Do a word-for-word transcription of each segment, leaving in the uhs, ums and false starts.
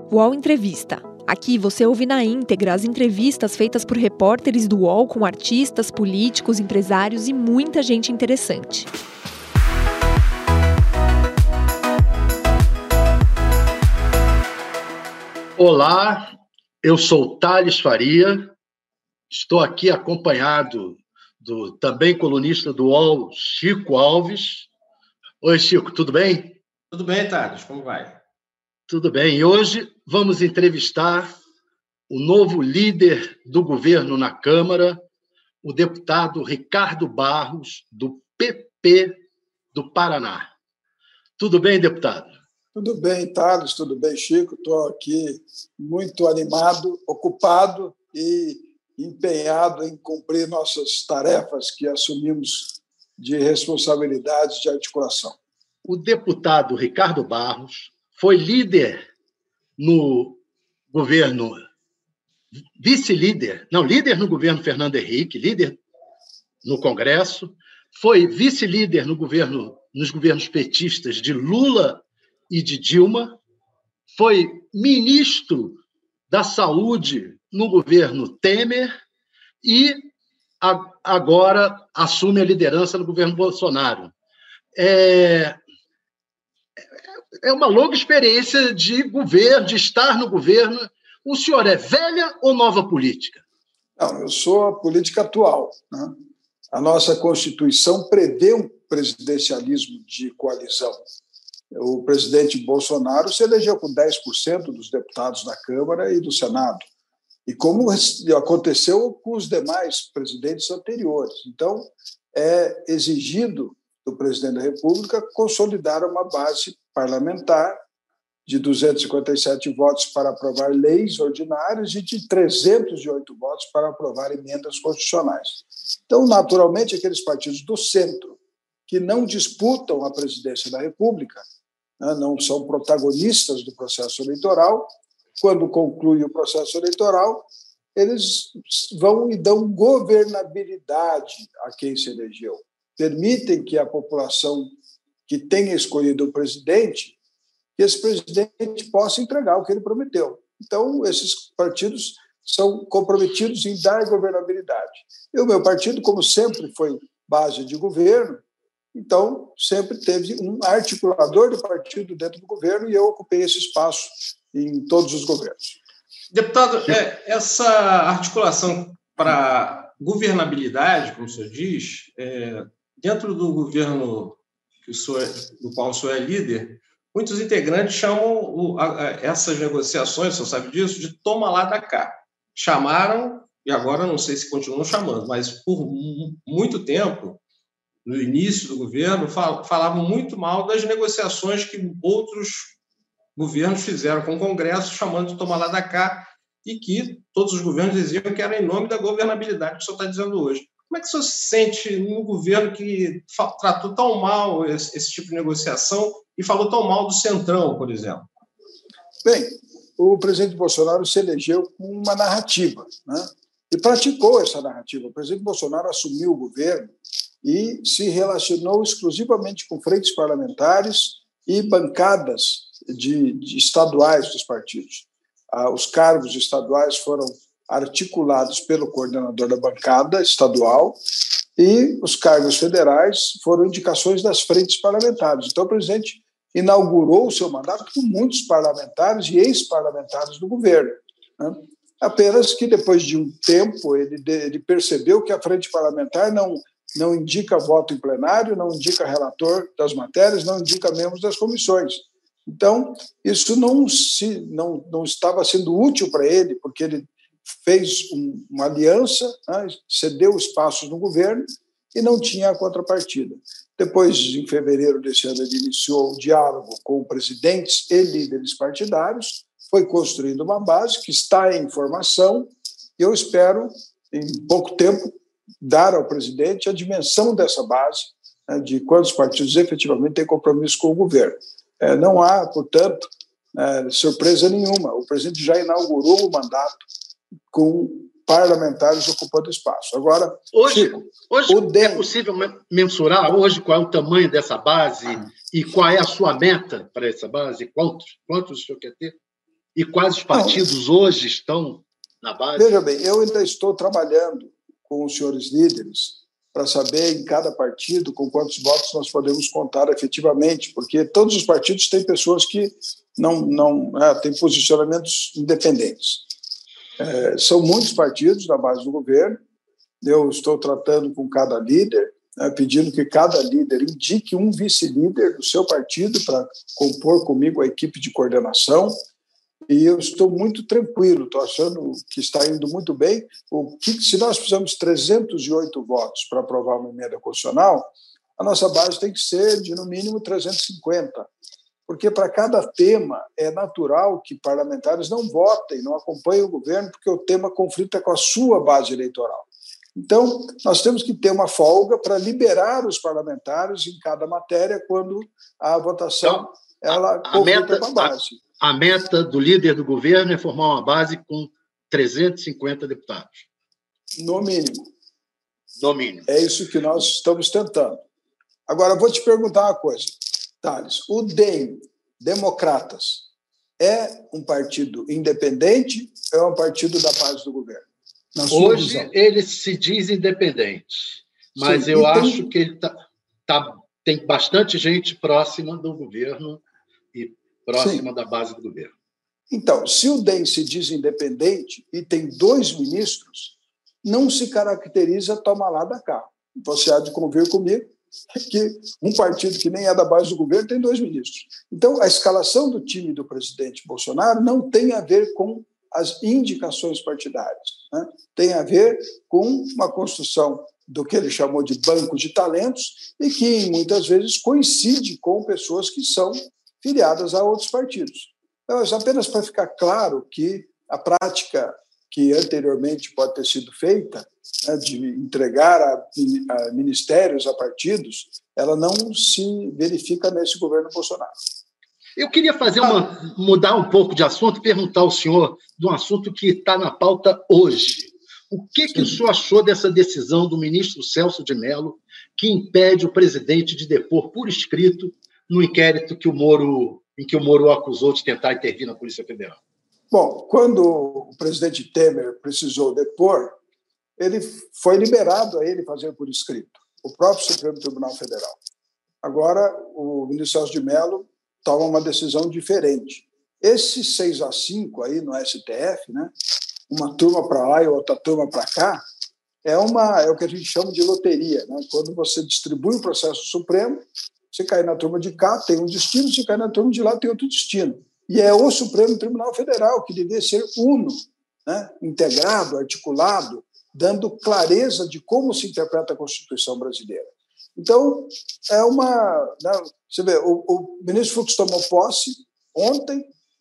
U O L Entrevista. Aqui você ouve na íntegra as entrevistas feitas por repórteres do U O L com artistas, políticos, empresários e muita gente interessante. Olá, eu sou Thales Faria, estou aqui acompanhado do também colunista do U O L, Chico Alves. Oi, Chico, tudo bem? Tudo bem, Thales, como vai? Tudo bem. E hoje vamos entrevistar o novo líder do governo na Câmara, o deputado Ricardo Barros, do P P do Paraná. Tudo bem, deputado? Tudo bem, Thales, tudo bem, Chico. Estou aqui muito animado, ocupado e empenhado em cumprir nossas tarefas que assumimos de responsabilidades de articulação. O deputado Ricardo Barros foi líder no governo, vice-líder, não, líder no governo Fernando Henrique, líder no Congresso, foi vice-líder no governo, nos governos petistas de Lula e de Dilma, foi ministro da Saúde no governo Temer e agora assume a liderança no governo Bolsonaro. É, é uma longa experiência de governo, de estar no governo. O senhor é velha ou nova política? Não, eu sou a política atual, né? A nossa Constituição prevê um presidencialismo de coalizão. O presidente Bolsonaro se elegeu com dez por cento dos deputados da Câmara e do Senado, e como aconteceu com os demais presidentes anteriores. Então, é exigido do presidente da República consolidar uma base parlamentar de duzentos e cinquenta e sete votos para aprovar leis ordinárias e de trezentos e oito votos para aprovar emendas constitucionais. Então, naturalmente, aqueles partidos do centro que não disputam a presidência da República, né, não são protagonistas do processo eleitoral, quando conclui o processo eleitoral, eles vão e dão governabilidade a quem se elegeu. Permitem que a população que tenha escolhido o presidente, que esse presidente possa entregar o que ele prometeu. Então, esses partidos são comprometidos em dar governabilidade. E o meu partido, como sempre foi base de governo, então sempre teve um articulador do partido dentro do governo e eu ocupei esse espaço em todos os governos. Deputado, é, essa articulação para governabilidade, como o senhor diz, é, dentro do governo que o senhor, do qual o senhor é líder, muitos integrantes chamam o, a, a, essas negociações, o senhor sabe disso, de toma lá da cá. Chamaram, e agora não sei se continuam chamando, mas por muito tempo, no início do governo, fal, falavam muito mal das negociações que outros governos fizeram com o Congresso, chamando de toma lá da cá, e que todos os governos diziam que era em nome da governabilidade que o senhor está dizendo hoje. Como é que o senhor se sente num governo que tratou tão mal esse, esse tipo de negociação e falou tão mal do Centrão, por exemplo? Bem, o presidente Bolsonaro se elegeu com uma narrativa, né? E praticou essa narrativa. O presidente Bolsonaro assumiu o governo e se relacionou exclusivamente com frentes parlamentares e bancadas de, de estaduais dos partidos. Ah, os cargos estaduais foram articulados pelo coordenador da bancada estadual e os cargos federais foram indicações das frentes parlamentares. Então, o presidente inaugurou o seu mandato com muitos parlamentares e ex-parlamentares do governo, né? Apenas que, depois de um tempo, ele, ele percebeu que a frente parlamentar não, não indica voto em plenário, não indica relator das matérias, não indica membros das comissões. Então, isso não, se, não, não estava sendo útil para ele, porque ele fez um, uma aliança, né, cedeu espaços no governo e não tinha a contrapartida. Depois, em fevereiro desse ano, ele iniciou o diálogo com presidentes e líderes partidários, foi construindo uma base que está em formação e eu espero, em pouco tempo, dar ao presidente a dimensão dessa base, né, de quantos partidos efetivamente têm compromisso com o governo. É, não há, portanto, é, surpresa nenhuma. O presidente já inaugurou o mandato com parlamentares ocupando espaço. Agora, hoje, Chico, hoje o D E M... é possível mensurar hoje qual é o tamanho dessa base e qual é a sua meta para essa base? Quantos, quantos o senhor quer ter? E quais os partidos Não. hoje estão na base? Veja bem, eu ainda estou trabalhando com os senhores líderes para saber em cada partido com quantos votos nós podemos contar efetivamente, porque todos os partidos têm pessoas que não, não é, têm posicionamentos independentes. É, são muitos partidos na base do governo, eu estou tratando com cada líder, né, pedindo que cada líder indique um vice-líder do seu partido para compor comigo a equipe de coordenação, e eu estou muito tranquilo, estou achando que está indo muito bem. O que, se nós precisamos de trezentos e oito votos para aprovar uma emenda constitucional, a nossa base tem que ser de, no mínimo, trezentos e cinquenta, porque para cada tema é natural que parlamentares não votem, não acompanhem o governo, porque o tema conflita com a sua base eleitoral. Então, nós temos que ter uma folga para liberar os parlamentares em cada matéria quando a votação então, ela a, a conflita meta, com a base. A, a meta do líder do governo é formar uma base com trezentos e cinquenta deputados. No mínimo. No mínimo. É isso que nós estamos tentando. Agora, vou te perguntar uma coisa, Thales. O D E M, Democratas, é um partido independente ou é um partido da base do governo? Hoje visão. Ele se diz independente, mas Sim, eu acho tem... que ele tá, tá, tem bastante gente próxima do governo e próxima Sim. da base do governo. Então, se o D E M se diz independente e tem dois ministros, não se caracteriza toma lá da cá. Você há de convir comigo que um partido que nem é da base do governo tem dois ministros. Então, a escalação do time do presidente Bolsonaro não tem a ver com as indicações partidárias, né? Tem a ver com uma construção do que ele chamou de banco de talentos e que muitas vezes coincide com pessoas que são filiadas a outros partidos. Então, é apenas para ficar claro que a prática que anteriormente pode ter sido feita, né, de entregar a, a ministérios a partidos, ela não se verifica nesse governo Bolsonaro. Eu queria fazer uma, mudar um pouco de assunto e perguntar ao senhor de um assunto que está na pauta hoje. O que, que o senhor achou dessa decisão do ministro Celso de Mello que impede o presidente de depor por escrito no inquérito que o Moro, em que o Moro o acusou de tentar intervir na Polícia Federal? Bom, quando o presidente Temer precisou depor, ele foi liberado a ele fazer por escrito, o próprio Supremo Tribunal Federal. Agora, o ministro Celso de Mello toma uma decisão diferente. Esse seis a cinco aí no S T F, né, uma turma para lá e outra turma para cá, é, uma, é o que a gente chama de loteria. Né? Quando você distribui o processo supremo, você cai na turma de cá, tem um destino, você cai na turma de lá, tem outro destino. E é o Supremo Tribunal Federal, que devia ser uno, né, integrado, articulado, dando clareza de como se interpreta a Constituição brasileira. Então, é uma... Né, você vê, o, o ministro Fux tomou posse ontem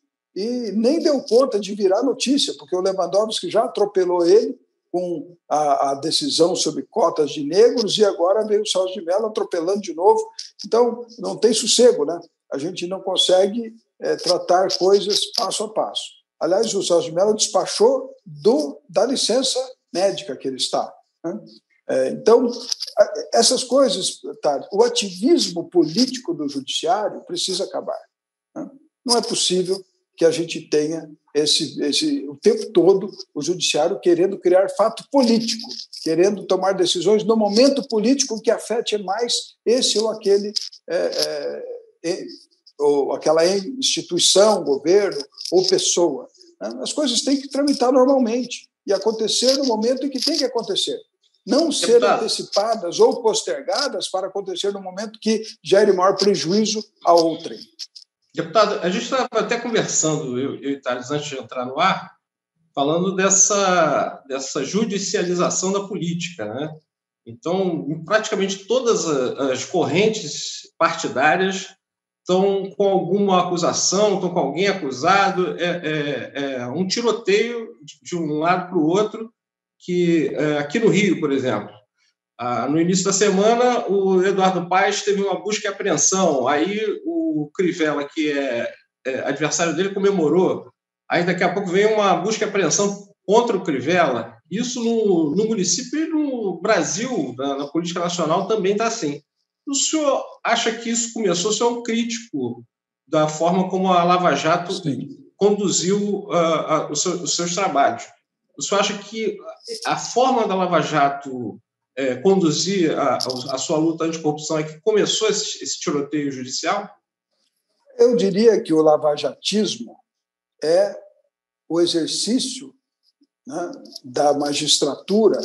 e nem deu conta de virar notícia, porque o Lewandowski já atropelou ele com a, a decisão sobre cotas de negros e agora veio o Celso de Mello atropelando de novo. Então, não tem sossego, né? A gente não consegue é, tratar coisas passo a passo. Aliás, o Celso de Mello despachou do, da licença médica que ele está, né? É, então, essas coisas, tá, o ativismo político do judiciário precisa acabar, né? Não é possível que a gente tenha esse, esse, o tempo todo o judiciário querendo criar fato político, querendo tomar decisões no momento político que afete mais esse ou aquele, é, é, ou aquela instituição, governo ou pessoa. As coisas têm que tramitar normalmente e acontecer no momento em que tem que acontecer. Não ser antecipadas ou postergadas para acontecer no momento que gere maior prejuízo a outrem. Deputado, a gente estava até conversando, eu, eu e Thales, antes de entrar no ar, falando dessa, dessa judicialização da política, né? Então, praticamente todas as correntes partidárias estão com alguma acusação, estão com alguém acusado, é, é, é um tiroteio de um lado para o outro, que é, aqui no Rio, por exemplo, ah, no início da semana, o Eduardo Paes teve uma busca e apreensão, aí o Crivella, que é, é adversário dele, comemorou, aí daqui a pouco vem uma busca e apreensão contra o Crivella. Isso no, no município e no Brasil, na, na política nacional, também está assim. O senhor acha que isso começou a ser um crítico da forma como a Lava Jato Sim. conduziu uh, uh, os, seus, os seus trabalhos. O senhor acha que a forma da Lava Jato é, conduzir a, a sua luta anticorrupção é que começou esse, esse tiroteio judicial? Eu diria que o lavajatismo é o exercício, né, da magistratura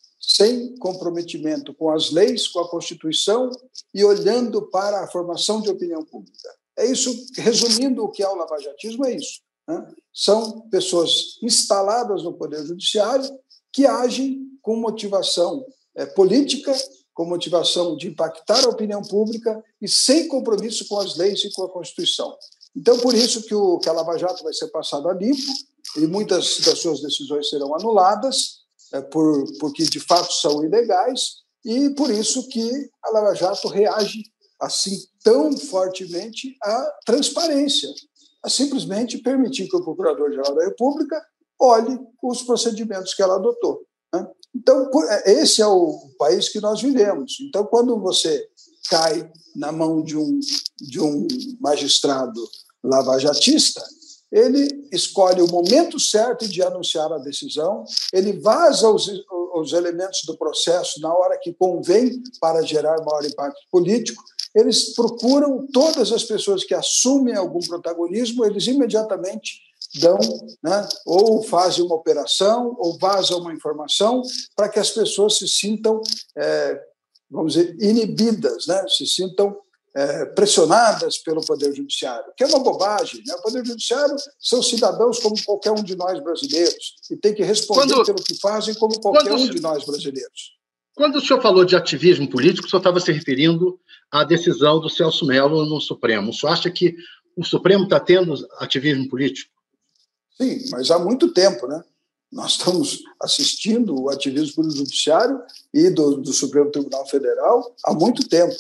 sem comprometimento com as leis, com a Constituição e olhando para a formação de opinião pública. É isso, resumindo o que é o lavajatismo, é isso. Né? São pessoas instaladas no Poder Judiciário que agem com motivação é, política, com motivação de impactar a opinião pública e sem compromisso com as leis e com a Constituição. Então, por isso que, o, que a Lava Jato vai ser passada a limpo e muitas das suas decisões serão anuladas, é, por, porque de fato são ilegais, e por isso que a Lava Jato reage assim tão fortemente à transparência, a simplesmente permitir que o Procurador-Geral da República olhe os procedimentos que ela adotou. Né? Então, esse é o país que nós vivemos. Então, quando você cai na mão de um, de um magistrado lavajatista, ele escolhe o momento certo de anunciar a decisão, ele vaza os, os elementos do processo na hora que convém para gerar maior impacto político. Eles procuram todas as pessoas que assumem algum protagonismo, eles imediatamente dão, né, ou fazem uma operação, ou vazam uma informação para que as pessoas se sintam, é, vamos dizer, inibidas, né, se sintam é, pressionadas pelo Poder Judiciário, que é uma bobagem. Né? O Poder Judiciário são cidadãos como qualquer um de nós brasileiros e tem que responder quando, pelo que fazem como qualquer um de nós brasileiros. Quando o senhor falou de ativismo político, o senhor estava se referindo à decisão do Celso Mello no Supremo. O senhor acha que o Supremo está tendo ativismo político? Sim, mas há muito tempo, né? Nós estamos assistindo o ativismo político judiciário e do, do Supremo Tribunal Federal há muito tempo.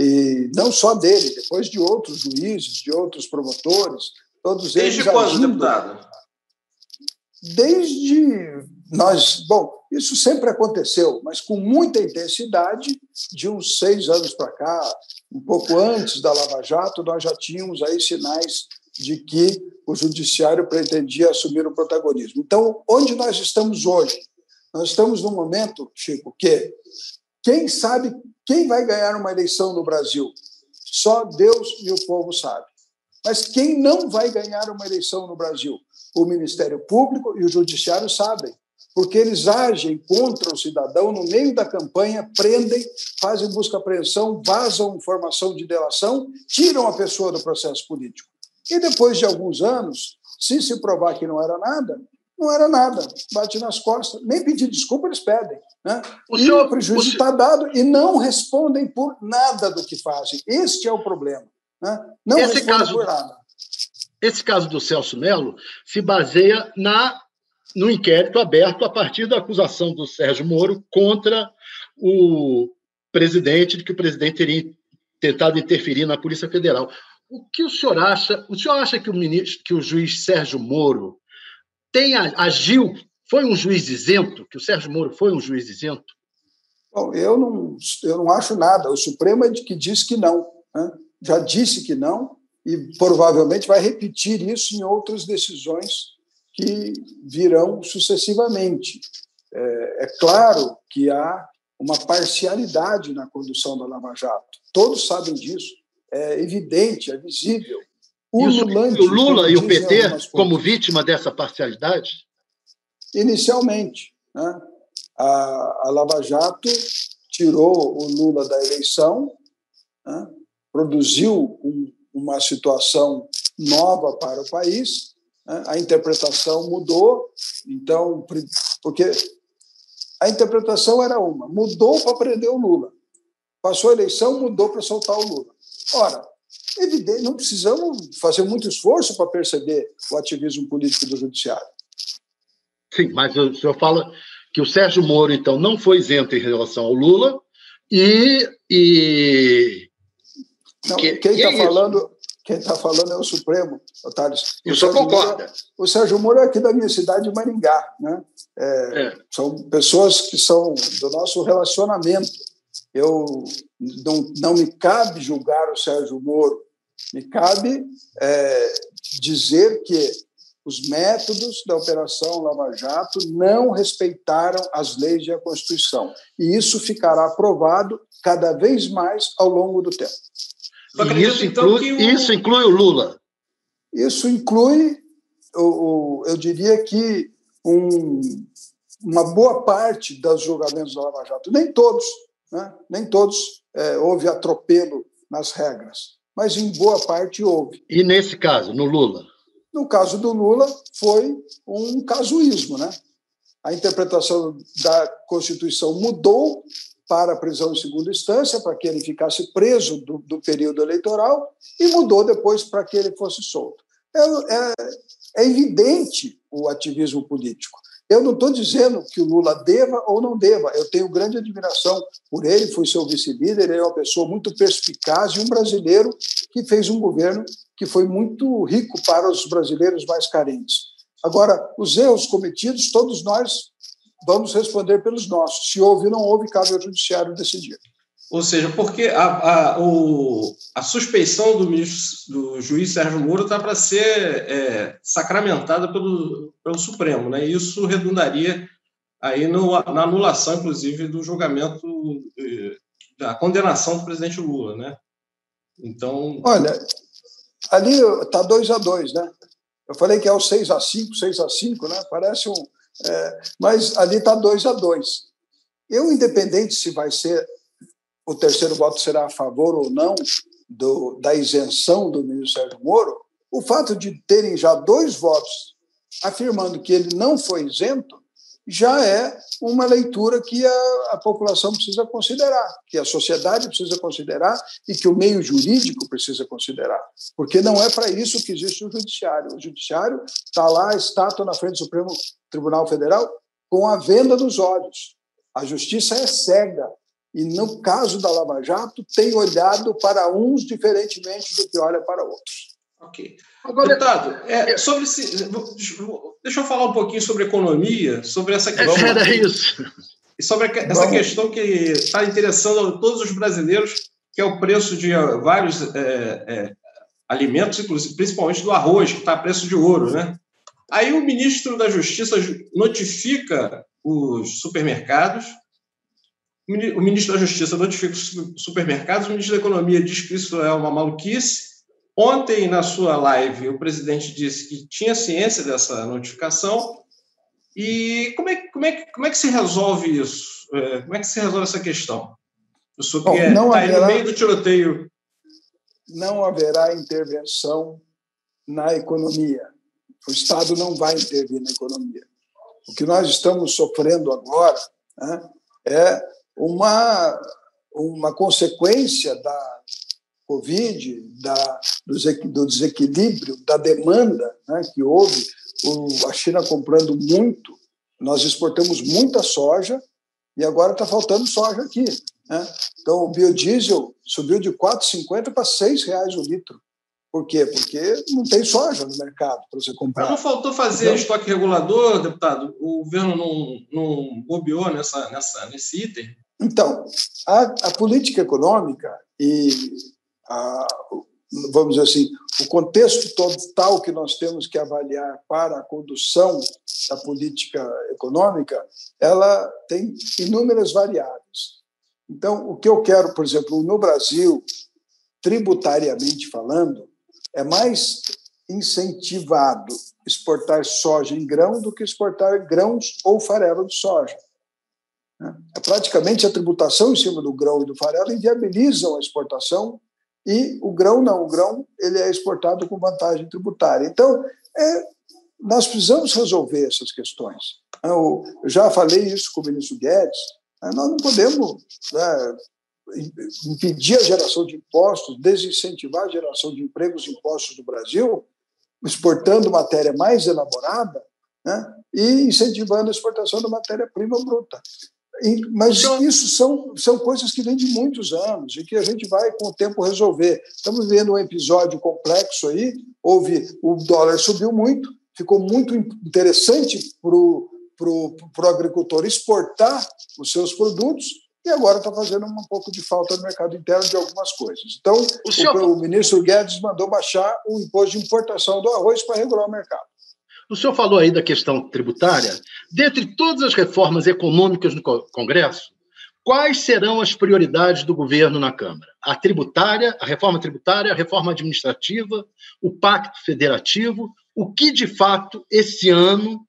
E não só dele, depois de outros juízes, de outros promotores, todos eles. Desde quando, agindo, deputado? Desde nós. Bom, isso sempre aconteceu, mas com muita intensidade, de uns seis anos para cá, um pouco antes da Lava Jato, nós já tínhamos aí sinais de que o Judiciário pretendia assumir o protagonismo. Então, onde nós estamos hoje? Nós estamos num momento, Chico, que quem sabe quem vai ganhar uma eleição no Brasil? Só Deus e o povo sabem. Mas quem não vai ganhar uma eleição no Brasil? O Ministério Público e o Judiciário sabem, porque eles agem contra o cidadão no meio da campanha, prendem, fazem busca-apreensão, vazam informação de delação, tiram a pessoa do processo político. E depois de alguns anos, se se provar que não era nada, não era nada, bate nas costas, nem pedir desculpa eles pedem. Né? O, e senhor, o prejuízo está dado e não respondem por nada do que fazem. Este é o problema. Né? Não esse respondem caso, por nada. Esse caso do Celso Mello se baseia na, no inquérito aberto a partir da acusação do Sérgio Moro contra o presidente, de que o presidente teria tentado interferir na Polícia Federal. O que o senhor acha? O senhor acha que o, ministro, que o juiz Sérgio Moro tem, agiu, foi um juiz isento? Que o Sérgio Moro foi um juiz isento? Bom, eu não, eu não acho nada. O Supremo é de que diz que não. Né? Já disse que não e provavelmente vai repetir isso em outras decisões que virão sucessivamente. É, é claro que há uma parcialidade na condução da Lava Jato. Todos sabem disso. É evidente, é visível. O, e o Lula e o P T como vítima dessa parcialidade? Inicialmente, né? a, a Lava Jato tirou o Lula da eleição, né? Produziu um, uma situação nova para o país, né? A interpretação mudou, então, porque a interpretação era uma, mudou para prender o Lula, passou a eleição, mudou para soltar o Lula. Ora, evidente, não precisamos fazer muito esforço para perceber o ativismo político do Judiciário. Sim, mas o senhor fala que o Sérgio Moro, então, não foi isento em relação ao Lula e... e... Não, que, quem está é falando, quem tá falando é o Supremo, Otário. O senhor concorda? Moro, o Sérgio Moro é aqui da minha cidade, de Maringá. Né? É, é. São pessoas que são do nosso relacionamento. Eu não, não me cabe julgar o Sérgio Moro, me cabe é, dizer que os métodos da Operação Lava Jato não respeitaram as leis e a Constituição. E isso ficará provado cada vez mais ao longo do tempo. E isso inclui, o... isso inclui o Lula? Isso inclui, eu, eu diria que, um, uma boa parte dos julgamentos da Lava Jato. Nem todos, né? Nem todos é, houve atropelo nas regras, mas em boa parte houve. E nesse caso, no Lula? No caso do Lula, foi um casuísmo, né? A interpretação da Constituição mudou para a prisão em segunda instância, para que ele ficasse preso do, do período eleitoral, e mudou depois para que ele fosse solto. É, é, é evidente o ativismo político. Eu não estou dizendo que o Lula deva ou não deva. Eu tenho grande admiração por ele, fui seu vice-líder, ele é uma pessoa muito perspicaz e um brasileiro que fez um governo que foi muito rico para os brasileiros mais carentes. Agora, os erros cometidos, todos nós vamos responder pelos nossos. Se houve ou não houve, cabe ao judiciário decidir. Ou seja, porque a, a, o, a suspeição do, ministro, do juiz Sérgio Moro está para ser é, sacramentada pelo, pelo Supremo, né? Isso redundaria aí no, na anulação, inclusive, do julgamento, da condenação do presidente Lula, né? Então... Olha, ali está dois a dois, né? Eu falei que é o seis a cinco, seis a cinco, né? Parece um... É, mas ali está dois a dois. Eu, independente se vai ser... o terceiro voto será a favor ou não do, da isenção do ministro Sérgio Moro, o fato de terem já dois votos afirmando que ele não foi isento já é uma leitura que a, a população precisa considerar, que a sociedade precisa considerar e que o meio jurídico precisa considerar, porque não é para isso que existe o judiciário. O judiciário está lá, estátua na frente do Supremo Tribunal Federal, com a venda nos olhos. A justiça é cega. E, no caso da Lava Jato, tem olhado para uns diferentemente do que olha para outros. Ok. Agora, deputado, é, sobre esse, deixa eu falar um pouquinho sobre economia, sobre essa questão. Era isso. E sobre essa Vamos. questão que está interessando a todos os brasileiros, que é o preço de vários é, é, alimentos, inclusive, principalmente do arroz, que está a preço de ouro, né? Aí o ministro da Justiça notifica os supermercados. O ministro da Justiça notifica os supermercados, o ministro da Economia diz que isso é uma maluquice. Ontem, na sua live, o presidente disse que tinha ciência dessa notificação. E como é, como é, como é que se resolve isso? Como é que se resolve essa questão? O senhor que está aí no meio do tiroteio. Não haverá intervenção na economia. O Estado não vai intervir na economia. O que nós estamos sofrendo agora, né, é uma, uma consequência da Covid, da, do desequilíbrio, da demanda, né, que houve, o, a China comprando muito, nós exportamos muita soja e agora está faltando soja aqui. Né? Então, o biodiesel subiu de quatro reais e cinquenta centavos para seis reais o litro. Por quê? Porque não tem soja no mercado para você comprar. Mas não faltou fazer então, estoque regulador, deputado? O governo não, não bobeou nessa, nessa, nesse item? Então, a, a política econômica e, a, vamos dizer assim, o contexto total que nós temos que avaliar para a condução da política econômica, ela tem inúmeras variáveis. Então, o que eu quero, por exemplo, no Brasil, tributariamente falando, é mais incentivado exportar soja em grão do que exportar grãos ou farelo de soja. É praticamente a tributação em cima do grão e do farelo inviabilizam a exportação e o grão não, o grão ele é exportado com vantagem tributária. Então, é, nós precisamos resolver essas questões. Eu já falei isso com o ministro Guedes, nós não podemos, né, impedir a geração de impostos, desincentivar a geração de empregos e impostos do Brasil, exportando matéria mais elaborada, né, e incentivando a exportação da matéria-prima bruta. E, mas isso são, são coisas que vêm de muitos anos e que a gente vai, com o tempo, resolver. Estamos vivendo um episódio complexo aí, houve, o dólar subiu muito, ficou muito interessante para o agricultor exportar os seus produtos, e agora está fazendo um pouco de falta no mercado interno de algumas coisas. Então, o, senhor... o, o ministro Guedes mandou baixar o imposto de importação do arroz para regular o mercado. O senhor falou aí da questão tributária. Dentre todas as reformas econômicas no Congresso, quais serão as prioridades do governo na Câmara? A tributária, a reforma tributária, a reforma administrativa, o pacto federativo, o que, de fato, esse ano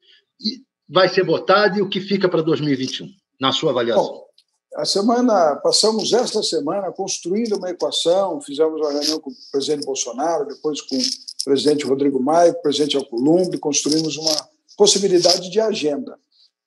vai ser votado e o que fica para dois mil e vinte e um, na sua avaliação? Bom, a semana, passamos esta semana construindo uma equação, fizemos uma reunião com o presidente Bolsonaro, depois com o presidente Rodrigo Maia, com o presidente Alcolumbre, construímos uma possibilidade de agenda.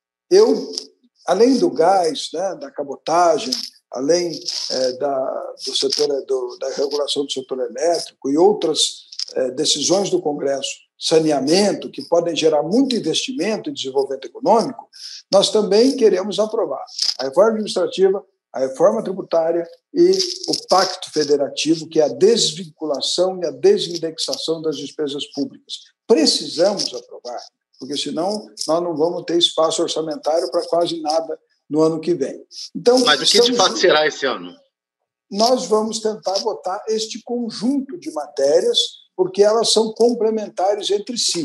Eu, além do gás, né, da cabotagem, além é, da, do setor, do, da regulação do setor elétrico e outras é, decisões do Congresso, saneamento, que podem gerar muito investimento e desenvolvimento econômico, nós também queremos aprovar a reforma administrativa, a reforma tributária e o pacto federativo, que é a desvinculação e a desindexação das despesas públicas. Precisamos aprovar, porque senão nós não vamos ter espaço orçamentário para quase nada no ano que vem. Então, mas o que estamos... de fato será esse ano? Nós vamos tentar votar este conjunto de matérias, porque elas são complementares entre si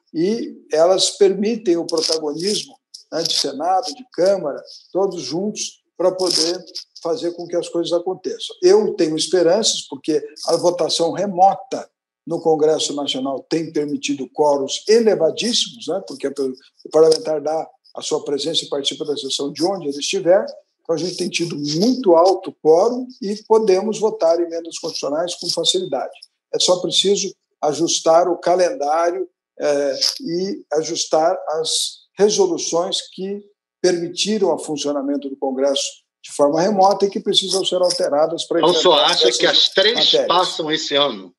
e elas permitem o protagonismo, né, de Senado, de Câmara, todos juntos, para poder fazer com que as coisas aconteçam. Eu tenho esperanças, porque a votação remota no Congresso Nacional tem permitido quóruns elevadíssimos, né, porque o parlamentar dá a sua presença e participa da sessão de onde ele estiver. Então, a gente tem tido muito alto quórum e podemos votar emendas constitucionais com facilidade. É só preciso ajustar o calendário eh, e ajustar as resoluções que permitiram o funcionamento do Congresso de forma remota e que precisam ser alteradas para... Então, o senhor acha que as três matérias passam esse ano?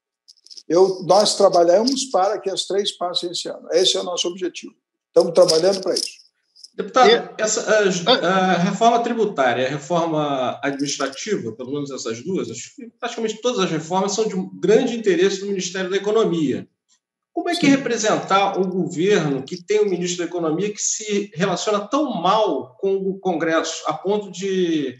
Eu, nós trabalhamos para que as três passem esse ano. Esse é o nosso objetivo. Estamos trabalhando para isso. Deputado, e... essa, a, a reforma tributária, a reforma administrativa, pelo menos essas duas, acho que praticamente todas as reformas são de um grande interesse do Ministério da Economia. Como é que Sim. representar um governo que tem um ministro da Economia que se relaciona tão mal com o Congresso, a ponto de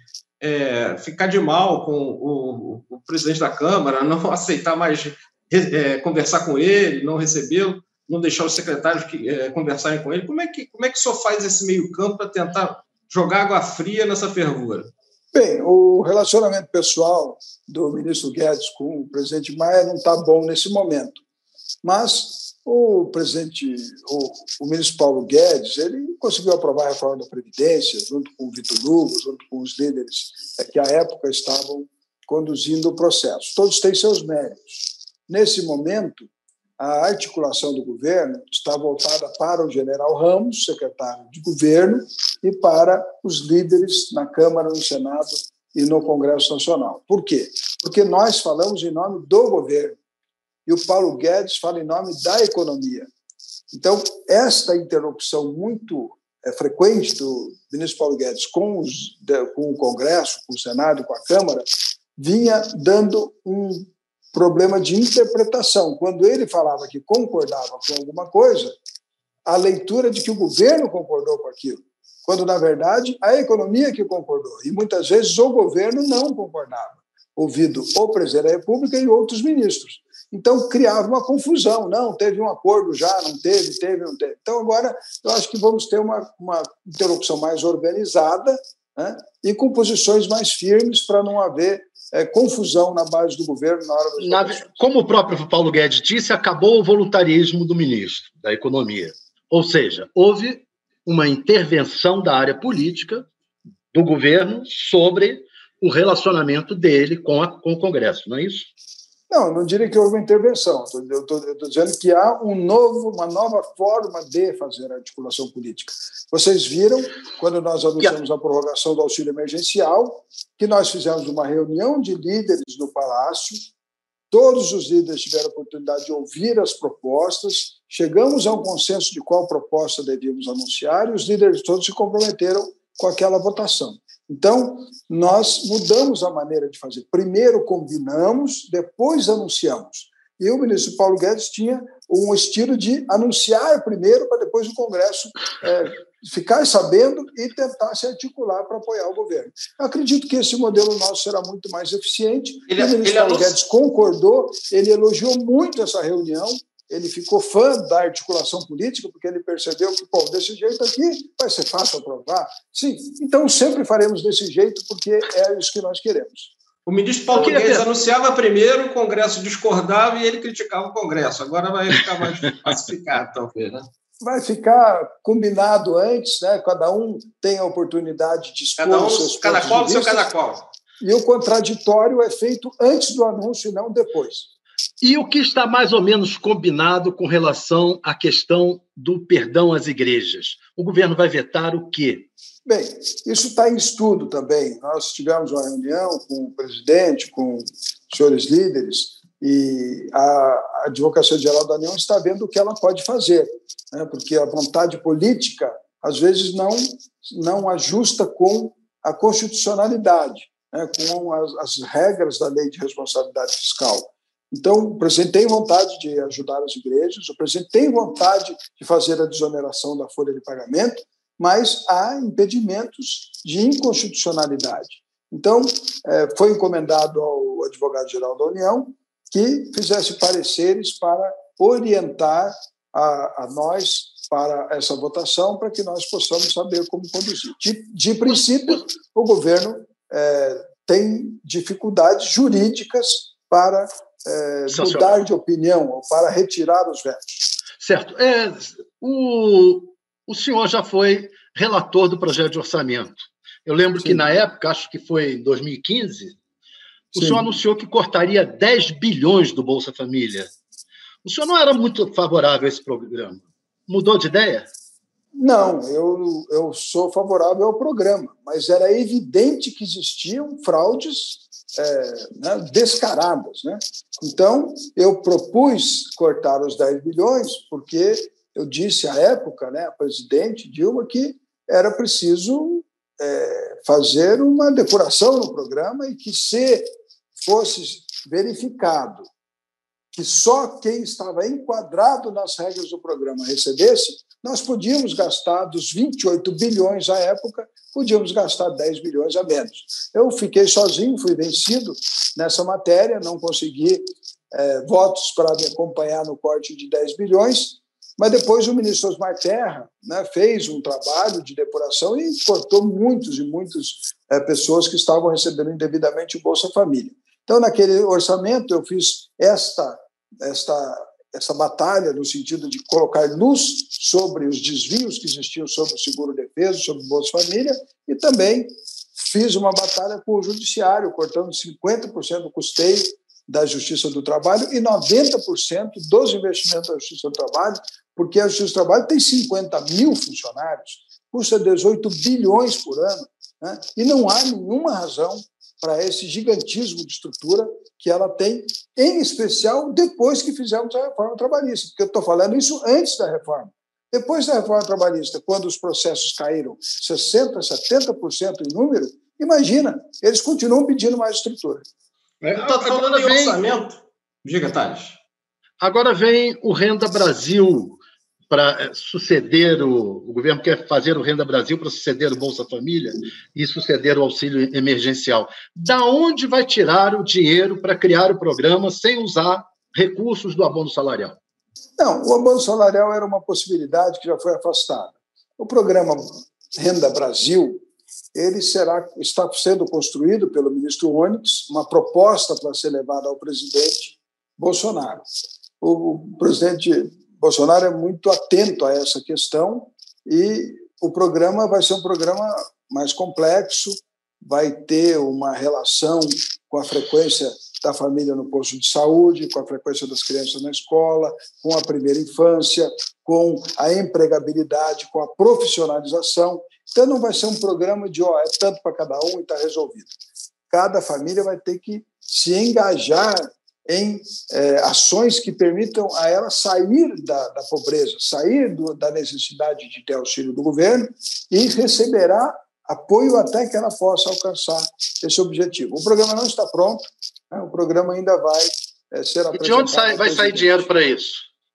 é, ficar de mal com o, o presidente da Câmara, não aceitar mais é, conversar com ele, não recebê-lo, não deixar os secretários que, é, conversarem com ele? Como é que, como é que o senhor faz esse meio-campo para tentar jogar água fria nessa fervura? Bem, o relacionamento pessoal do ministro Guedes com o presidente Maia não está bom nesse momento. Mas o presidente, o, o ministro Paulo Guedes, ele conseguiu aprovar a reforma da Previdência, junto com o Vitor Hugo, junto com os líderes que, à época, estavam conduzindo o processo. Todos têm seus méritos. Nesse momento, a articulação do governo está voltada para o general Ramos, secretário de governo, e para os líderes na Câmara, no Senado e no Congresso Nacional. Por quê? Porque nós falamos em nome do governo e o Paulo Guedes fala em nome da economia. Então, esta interlocução muito é, frequente do ministro Paulo Guedes com, os, de, com o Congresso, com o Senado, com a Câmara, vinha dando um problema de interpretação. Quando ele falava que concordava com alguma coisa, a leitura de que o governo concordou com aquilo, quando, na verdade, a economia que concordou. E, muitas vezes, o governo não concordava, ouvido o presidente da República e outros ministros. Então, criava uma confusão. Não, teve um acordo já, não teve, teve, não teve. Então, agora, eu acho que vamos ter uma, uma interlocução mais organizada, né, e com posições mais firmes para não haver é, confusão na base do governo na hora das na, Como o próprio Paulo Guedes disse, acabou o voluntarismo do ministro da Economia. Ou seja, houve uma intervenção da área política do governo sobre o relacionamento dele com, a, com o Congresso, não é isso? Não, eu não diria que houve uma intervenção. Eu estou dizendo que há um novo, uma nova forma de fazer a articulação política. Vocês viram, quando nós anunciamos a prorrogação do auxílio emergencial, que nós fizemos uma reunião de líderes no Palácio, todos os líderes tiveram a oportunidade de ouvir as propostas, chegamos a um consenso de qual proposta devíamos anunciar e os líderes todos se comprometeram com aquela votação. Então, nós mudamos a maneira de fazer. Primeiro combinamos, depois anunciamos. E o ministro Paulo Guedes tinha um estilo de anunciar primeiro, para depois o Congresso é, ficar sabendo e tentar se articular para apoiar o governo. Eu acredito que esse modelo nosso será muito mais eficiente. Ele, o ministro Paulo Guedes concordou, ele elogiou muito essa reunião, ele ficou fã da articulação política, porque ele percebeu que, pô, desse jeito aqui vai ser fácil aprovar. Sim, então sempre faremos desse jeito, porque é isso que nós queremos. O ministro Paulo Guedes anunciava primeiro, o Congresso discordava e ele criticava o Congresso. Agora vai ficar mais pacificado, talvez, né? Vai ficar combinado antes, né? Cada um tem a oportunidade de expor cada um, os seus cada pontos qual de seu vista, cada qual. E o contraditório é feito antes do anúncio e não depois. E o que está mais ou menos combinado com relação à questão do perdão às igrejas? O governo vai vetar o quê? Bem, isso está em estudo também. Nós tivemos uma reunião com o presidente, com os senhores líderes, e a Advocacia Geral da União está vendo o que ela pode fazer, né? Porque a vontade política, às vezes, não, não ajusta com a constitucionalidade, né? Com as, as regras da Lei de Responsabilidade Fiscal. Então, o presidente tem vontade de ajudar as igrejas, o presidente tem vontade de fazer a desoneração da folha de pagamento, mas há impedimentos de inconstitucionalidade. Então, foi encomendado ao advogado-geral da União que fizesse pareceres para orientar a, a nós para essa votação, para que nós possamos saber como conduzir. De, de princípio, o governo é, tem dificuldades jurídicas para é, mudar de opinião ou para retirar os vetos. Certo. É, o, o senhor já foi relator do projeto de orçamento. Eu lembro Sim. que, na época, acho que foi em dois mil e quinze, o Sim. senhor anunciou que cortaria dez bilhões do Bolsa Família. O senhor não era muito favorável a esse programa. Mudou de ideia? Não, eu, eu sou favorável ao programa, mas era evidente que existiam fraudes é, né, descaradas, né? Então, eu propus cortar os dez bilhões porque eu disse à época, né, a presidente Dilma, que era preciso é, fazer uma depuração no programa e que, se fosse verificado que só quem estava enquadrado nas regras do programa recebesse, nós podíamos gastar dos vinte e oito bilhões à época, podíamos gastar dez bilhões a menos. Eu fiquei sozinho, fui vencido nessa matéria, não consegui é, votos para me acompanhar no corte de dez bilhões, mas depois o ministro Osmar Terra, né, fez um trabalho de depuração e cortou muitos e muitas é, pessoas que estavam recebendo indevidamente o Bolsa Família. Então, naquele orçamento, eu fiz esta, esta, essa batalha no sentido de colocar luz sobre os desvios que existiam sobre o seguro-defeso, sobre o Bolsa Família, e também fiz uma batalha com o Judiciário, cortando cinquenta por cento do custeio da Justiça do Trabalho e noventa por cento dos investimentos da Justiça do Trabalho, porque a Justiça do Trabalho tem cinquenta mil funcionários, custa dezoito bilhões por ano, né? E não há nenhuma razão para esse gigantismo de estrutura que ela tem, em especial depois que fizemos a reforma trabalhista, porque eu estou falando isso antes da reforma. Depois da reforma trabalhista, quando os processos caíram sessenta por cento, setenta por cento em número, imagina, eles continuam pedindo mais estrutura. É, está falando em orçamento? Diga, Thales. Agora vem o Renda Brasil para suceder o... O governo quer fazer o Renda Brasil para suceder o Bolsa Família e suceder o auxílio emergencial. Da onde vai tirar o dinheiro para criar o programa sem usar recursos do abono salarial? Não, o abono salarial era uma possibilidade que já foi afastada. O programa Renda Brasil, ele será, está sendo construído pelo ministro Onyx, uma proposta para ser levada ao presidente Bolsonaro. O presidente Bolsonaro é muito atento a essa questão e o programa vai ser um programa mais complexo, vai ter uma relação com a frequência da família no posto de saúde, com a frequência das crianças na escola, com a primeira infância, com a empregabilidade, com a profissionalização. Então, não vai ser um programa de, ó, é tanto para cada um e está resolvido. Cada família vai ter que se engajar em é, ações que permitam a ela sair da, da pobreza, sair do, da necessidade de ter auxílio do governo e receberá apoio até que ela possa alcançar esse objetivo. O programa não está pronto, né? O programa ainda vai é, ser apresentado. E de onde sai, vai sair dinheiro para isso?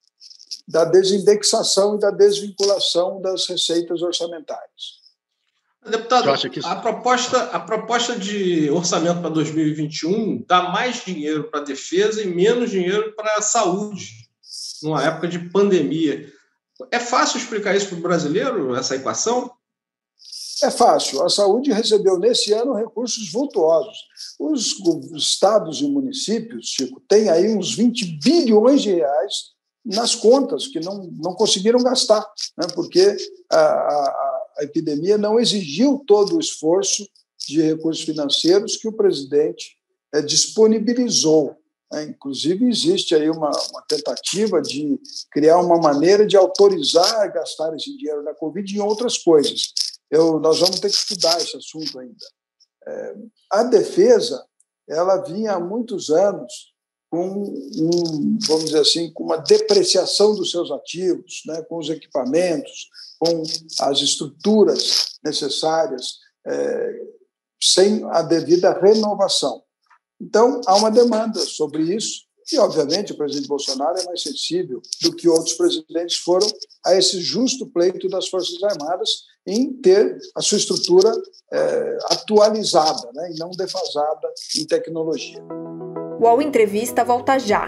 Da desindexação e da desvinculação das receitas orçamentárias. Deputado, isso... a, proposta, a proposta de orçamento para dois mil e vinte e um dá mais dinheiro para a defesa e menos dinheiro para a saúde. numa época de pandemia. É fácil explicar isso para o brasileiro, essa equação? É fácil. A saúde recebeu, nesse ano, recursos vultuosos. Os estados e municípios, Chico, têm aí uns vinte bilhões de reais nas contas que não, não conseguiram gastar, né? Porque a, a, a epidemia não exigiu todo o esforço de recursos financeiros que o presidente é, disponibilizou. Né? Inclusive, existe aí uma, uma tentativa de criar uma maneira de autorizar gastar esse dinheiro na Covid em outras coisas. Eu, nós vamos ter que estudar esse assunto ainda. É, a defesa, ela vinha há muitos anos com, um, vamos dizer assim, com uma depreciação dos seus ativos, né, com os equipamentos, com as estruturas necessárias, é, sem a devida renovação. Então, há uma demanda sobre isso, e, obviamente, o presidente Bolsonaro é mais sensível do que outros presidentes foram a esse justo pleito das Forças Armadas em ter a sua estrutura é, atualizada, né, e não defasada em tecnologia. O U O L Entrevista volta já.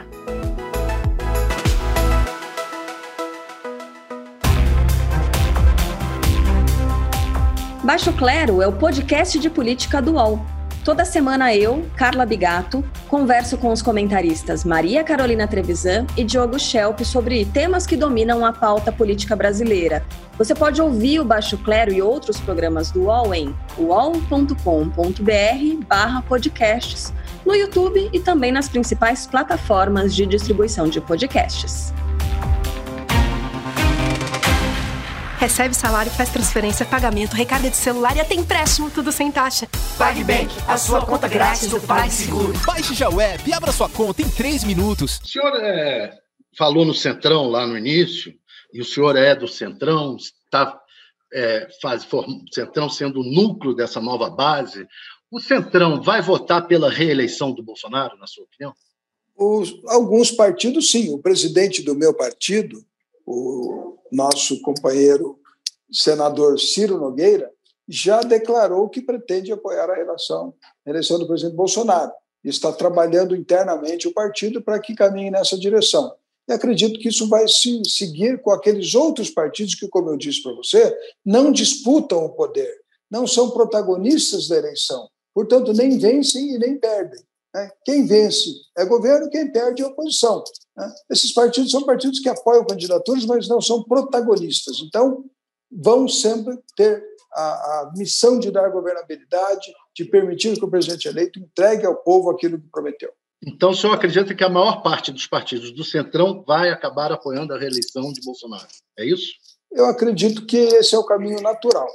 Baixo Clero é o podcast de política do U O L. Toda semana eu, Carla Bigato, converso com os comentaristas Maria Carolina Trevisan e Diogo Schelp sobre temas que dominam a pauta política brasileira. Você pode ouvir o Baixo Clero e outros programas do U O L em uol ponto com ponto br barra podcasts, no YouTube e também nas principais plataformas de distribuição de podcasts. Recebe salário, faz transferência, pagamento, recarga de celular e até empréstimo, tudo sem taxa. PagBank, a sua conta grátis do PagSeguro. Baixe já o app e abra sua conta em três minutos. O senhor é, falou no Centrão lá no início, e o senhor é do Centrão, está é, faz, for, Centrão sendo o núcleo dessa nova base. O Centrão vai votar pela reeleição do Bolsonaro, na sua opinião? Os, alguns partidos, sim. O presidente do meu partido, o nosso companheiro senador Ciro Nogueira, já declarou que pretende apoiar a reeleição, a eleição do presidente Bolsonaro. Está trabalhando internamente o partido para que caminhe nessa direção. E acredito que isso vai se seguir com aqueles outros partidos que, como eu disse para você, não disputam o poder, não são protagonistas da eleição, portanto, nem vencem e nem perdem. Quem vence é governo, quem perde é oposição. Esses partidos são partidos que apoiam candidaturas, mas não são protagonistas. Então, vão sempre ter a, a missão de dar governabilidade, de permitir que o presidente eleito entregue ao povo aquilo que prometeu. Então, o senhor acredita que a maior parte dos partidos do Centrão vai acabar apoiando a reeleição de Bolsonaro? É isso? Eu acredito que esse é o caminho natural.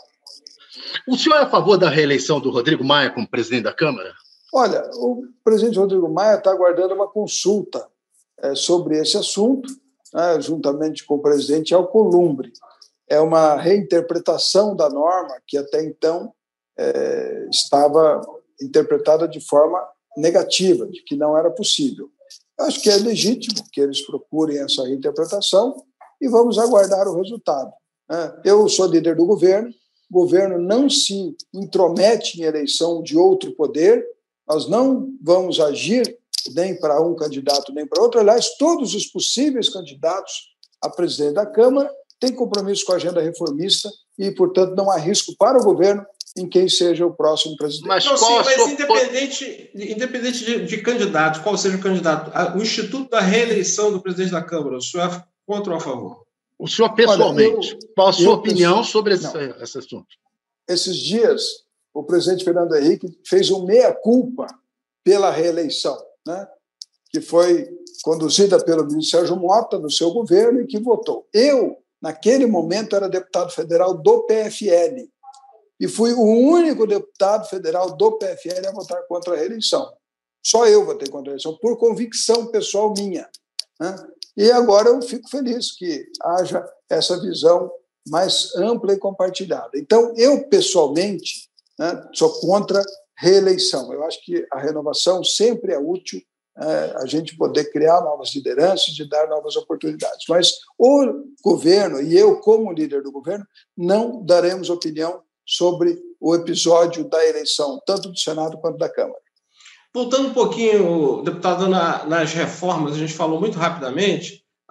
O senhor é a favor da reeleição do Rodrigo Maia como presidente da Câmara? Olha, o presidente Rodrigo Maia está aguardando uma consulta é, sobre esse assunto, né, juntamente com o presidente Alcolumbre. É uma reinterpretação da norma que até então é, estava interpretada de forma negativa, de que não era possível. Acho que é legítimo que eles procurem essa reinterpretação e vamos aguardar o resultado. Né? Eu sou líder do governo, o governo não se intromete em eleição de outro poder, nós não vamos agir nem para um candidato nem para outro. Aliás, todos os possíveis candidatos a presidente da Câmara têm compromisso com a agenda reformista e, portanto, não há risco para o governo em quem seja o próximo presidente. Mas, não, sim, mas independente, independente de, de candidato, qual seja o candidato, o Instituto da Reeleição do presidente da Câmara, o senhor é contra ou a favor? O senhor, pessoalmente, Olha, eu, qual a sua eu, opinião eu, sobre esse, esse assunto? Esses dias, o presidente Fernando Henrique fez um meia-culpa pela reeleição, né? Que foi conduzida pelo ministro Sérgio Mota, no seu governo, e que votou. Eu, naquele momento, era deputado federal do P F L e fui o único deputado federal do P F L a votar contra a reeleição. Só eu votei contra a reeleição, por convicção pessoal minha, né? E agora eu fico feliz que haja essa visão mais ampla e compartilhada. Então, eu, pessoalmente, né, sou contra reeleição. Eu acho que a renovação sempre é útil, é, a gente poder criar novas lideranças e dar novas oportunidades. Mas o governo, e eu como líder do governo, não daremos opinião sobre o episódio da eleição, tanto do Senado quanto da Câmara. Voltando um pouquinho, deputado, na, nas reformas, a gente falou muito rapidamente,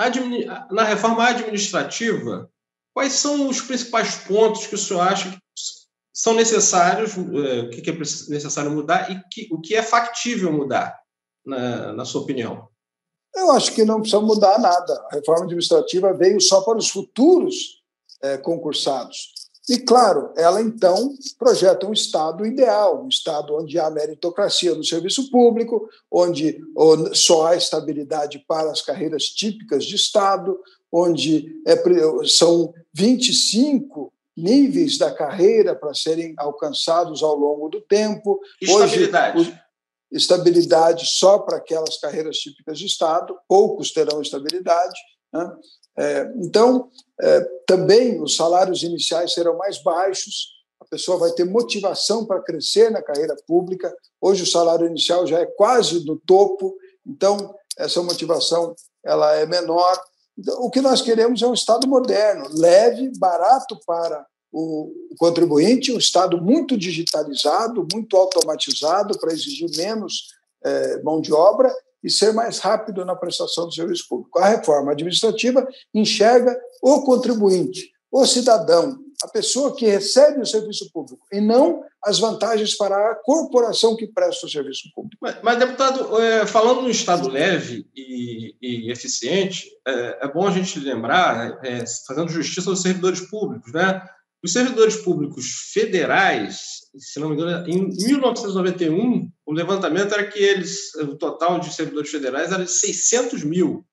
na reforma administrativa, quais são os principais pontos que o senhor acha que são necessários, o que é necessário mudar e que, o que é factível mudar, na, na sua opinião? Eu acho que não precisa mudar nada. A reforma administrativa veio só para os futuros é, concursados. E, claro, ela, então, projeta um Estado ideal, um Estado onde há meritocracia no serviço público, onde só há estabilidade para as carreiras típicas de Estado, onde é, são vinte e cinco níveis da carreira para serem alcançados ao longo do tempo. Estabilidade. Hoje, estabilidade só para aquelas carreiras típicas de Estado, poucos terão estabilidade, né? É, então, é, também os salários iniciais serão mais baixos, a pessoa vai ter motivação para crescer na carreira pública. Hoje o salário inicial já é quase no topo, então essa motivação ela é menor. Então, o que nós queremos é um Estado moderno, leve, barato para o contribuinte, um Estado muito digitalizado, muito automatizado para exigir menos é, mão de obra e ser mais rápido na prestação do serviço público. A reforma administrativa enxerga o contribuinte, o cidadão, a pessoa que recebe o serviço público, e não as vantagens para a corporação que presta o serviço público. Mas, mas deputado, falando no Estado leve e, e eficiente, é, é bom a gente lembrar, é, fazendo justiça aos servidores públicos, né? Os servidores públicos federais, se não me engano, em mil novecentos e noventa e um, o levantamento era que eles, o total de servidores federais era de seiscentos mil.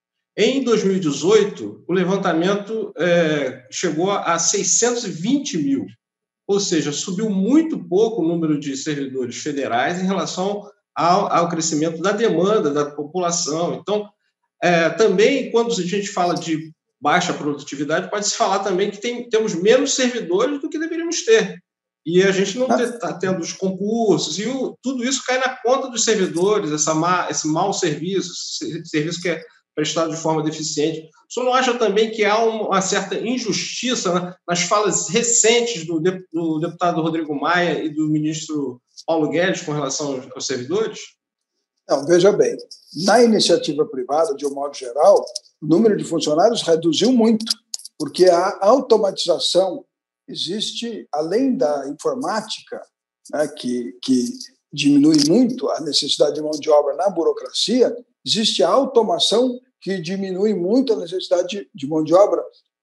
Em dois mil e dezoito, o levantamento é, chegou a seiscentos e vinte mil, ou seja, subiu muito pouco o número de servidores federais em relação ao, ao crescimento da demanda da população. Então, é, também, quando a gente fala de baixa produtividade, pode-se falar também que tem, temos menos servidores do que deveríamos ter. E a gente não está tendo os concursos, e o, tudo isso cai na conta dos servidores, essa má, esse mau serviço, esse serviço que é prestado de forma deficiente. O senhor não acha também que há uma certa injustiça, né, nas falas recentes do, de, do deputado Rodrigo Maia e do ministro Paulo Guedes com relação aos, aos servidores? Não, veja bem, na iniciativa privada, de um modo geral, o número de funcionários reduziu muito, porque a automatização existe, além da informática, né, que, que diminui muito a necessidade de mão de obra na burocracia, existe a automação que diminui muito a necessidade de, de mão de obra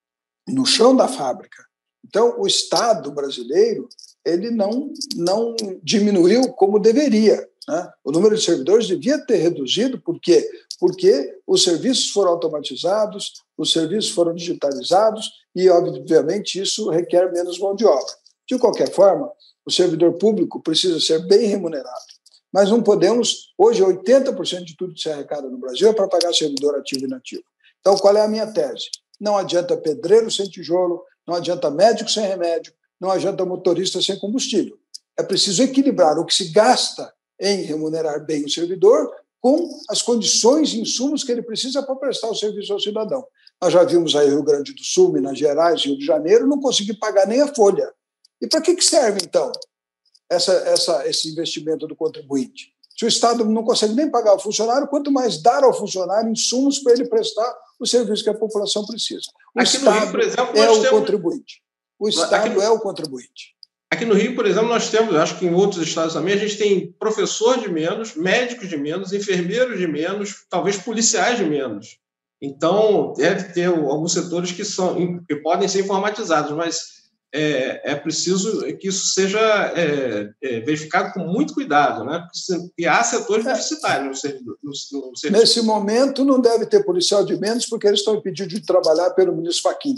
no chão da fábrica. Então, o Estado brasileiro ele não, não diminuiu como deveria, né? O número de servidores devia ter reduzido, por quê? Porque os serviços foram automatizados, os serviços foram digitalizados e, obviamente, isso requer menos mão de obra. De qualquer forma, o servidor público precisa ser bem remunerado. Mas não podemos... Hoje, oitenta por cento de tudo que se arrecada no Brasil é para pagar servidor ativo e inativo. Então, qual é a minha tese? Não adianta pedreiro sem tijolo, não adianta médico sem remédio, não adianta motorista sem combustível. É preciso equilibrar o que se gasta em remunerar bem o servidor com as condições e insumos que ele precisa para prestar o serviço ao cidadão. Nós já vimos aí Rio Grande do Sul, Minas Gerais, Rio de Janeiro, não conseguir pagar nem a folha. E para que serve, então, essa, essa, esse investimento do contribuinte? Se o Estado não consegue nem pagar o funcionário, quanto mais dar ao funcionário insumos para ele prestar o serviço que a população precisa. O Aqui Estado no Rio, por exemplo, é o temos... contribuinte. O Estado no... é o contribuinte. Aqui no Rio, por exemplo, nós temos, acho que em outros estados também, a gente tem professor de menos, médicos de menos, enfermeiros de menos, talvez policiais de menos. Então, deve ter alguns setores que, são, que podem ser informatizados, mas é, é preciso que isso seja é, é, verificado com muito cuidado, né? Porque há setores deficitários no serviço. No, no serviço. Nesse momento, não deve ter policial de menos, porque eles estão impedidos de trabalhar pelo ministro Fachin.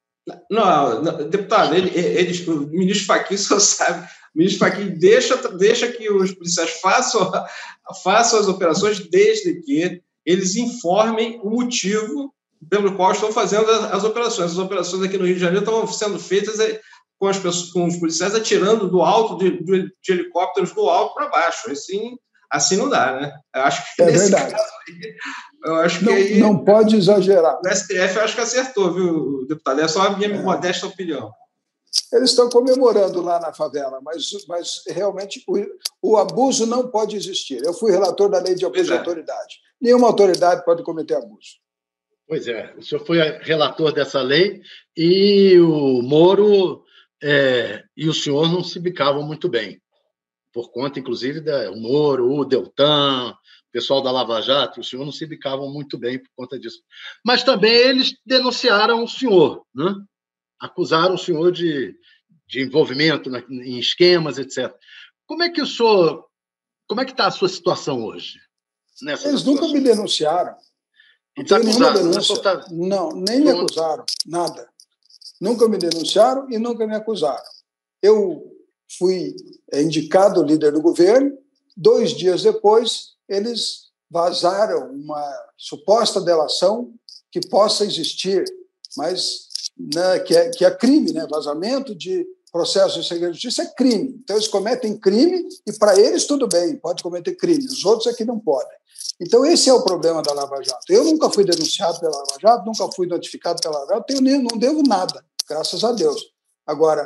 Não, não, deputado, ele, ele, o ministro Fachin só sabe, o ministro Fachin deixa, deixa que os policiais façam, façam as operações desde que eles informem o motivo pelo qual estão fazendo as, as operações. As operações aqui no Rio de Janeiro estão sendo feitas com, as pessoas, com os policiais atirando do alto, de, de, de helicópteros do alto para baixo. Assim, assim não dá, né? Eu acho que é nesse verdade. caso aí, eu acho não, que aí, não pode exagerar. O S T F eu acho que acertou, viu, deputado? É só a minha é. modesta opinião. Eles estão comemorando lá na favela, mas, mas realmente o, o abuso não pode existir. Eu fui relator da lei de abuso de autoridade. Nenhuma autoridade pode cometer abuso. Pois é, o senhor foi relator dessa lei e o Moro é, e o senhor não se bicavam muito bem, por conta, inclusive, do Moro, o Deltan, o pessoal da Lava Jato, o senhor não se bicavam muito bem por conta disso. Mas também eles denunciaram o senhor, né? Acusaram o senhor de, de envolvimento na, em esquemas, etcétera. Como é que o senhor, como é que está a sua situação hoje? Nessa Eles situação? Nunca me denunciaram. Não Tá tem nenhuma acusado, denúncia. né? Tá... Não, nem me acusaram, nada. Nunca me denunciaram e nunca me acusaram. Eu fui indicado líder do governo, dois dias depois, eles vazaram uma suposta delação que possa existir, mas né, que, é, que é crime, né? Vazamento de processo de segredo de justiça é crime. Então, eles cometem crime e, para eles, tudo bem, pode cometer crime. Os outros é que não podem. Então, esse é o problema da Lava Jato. Eu nunca fui denunciado pela Lava Jato, nunca fui notificado pela Lava Jato, tenho, não devo nada, graças a Deus. Agora,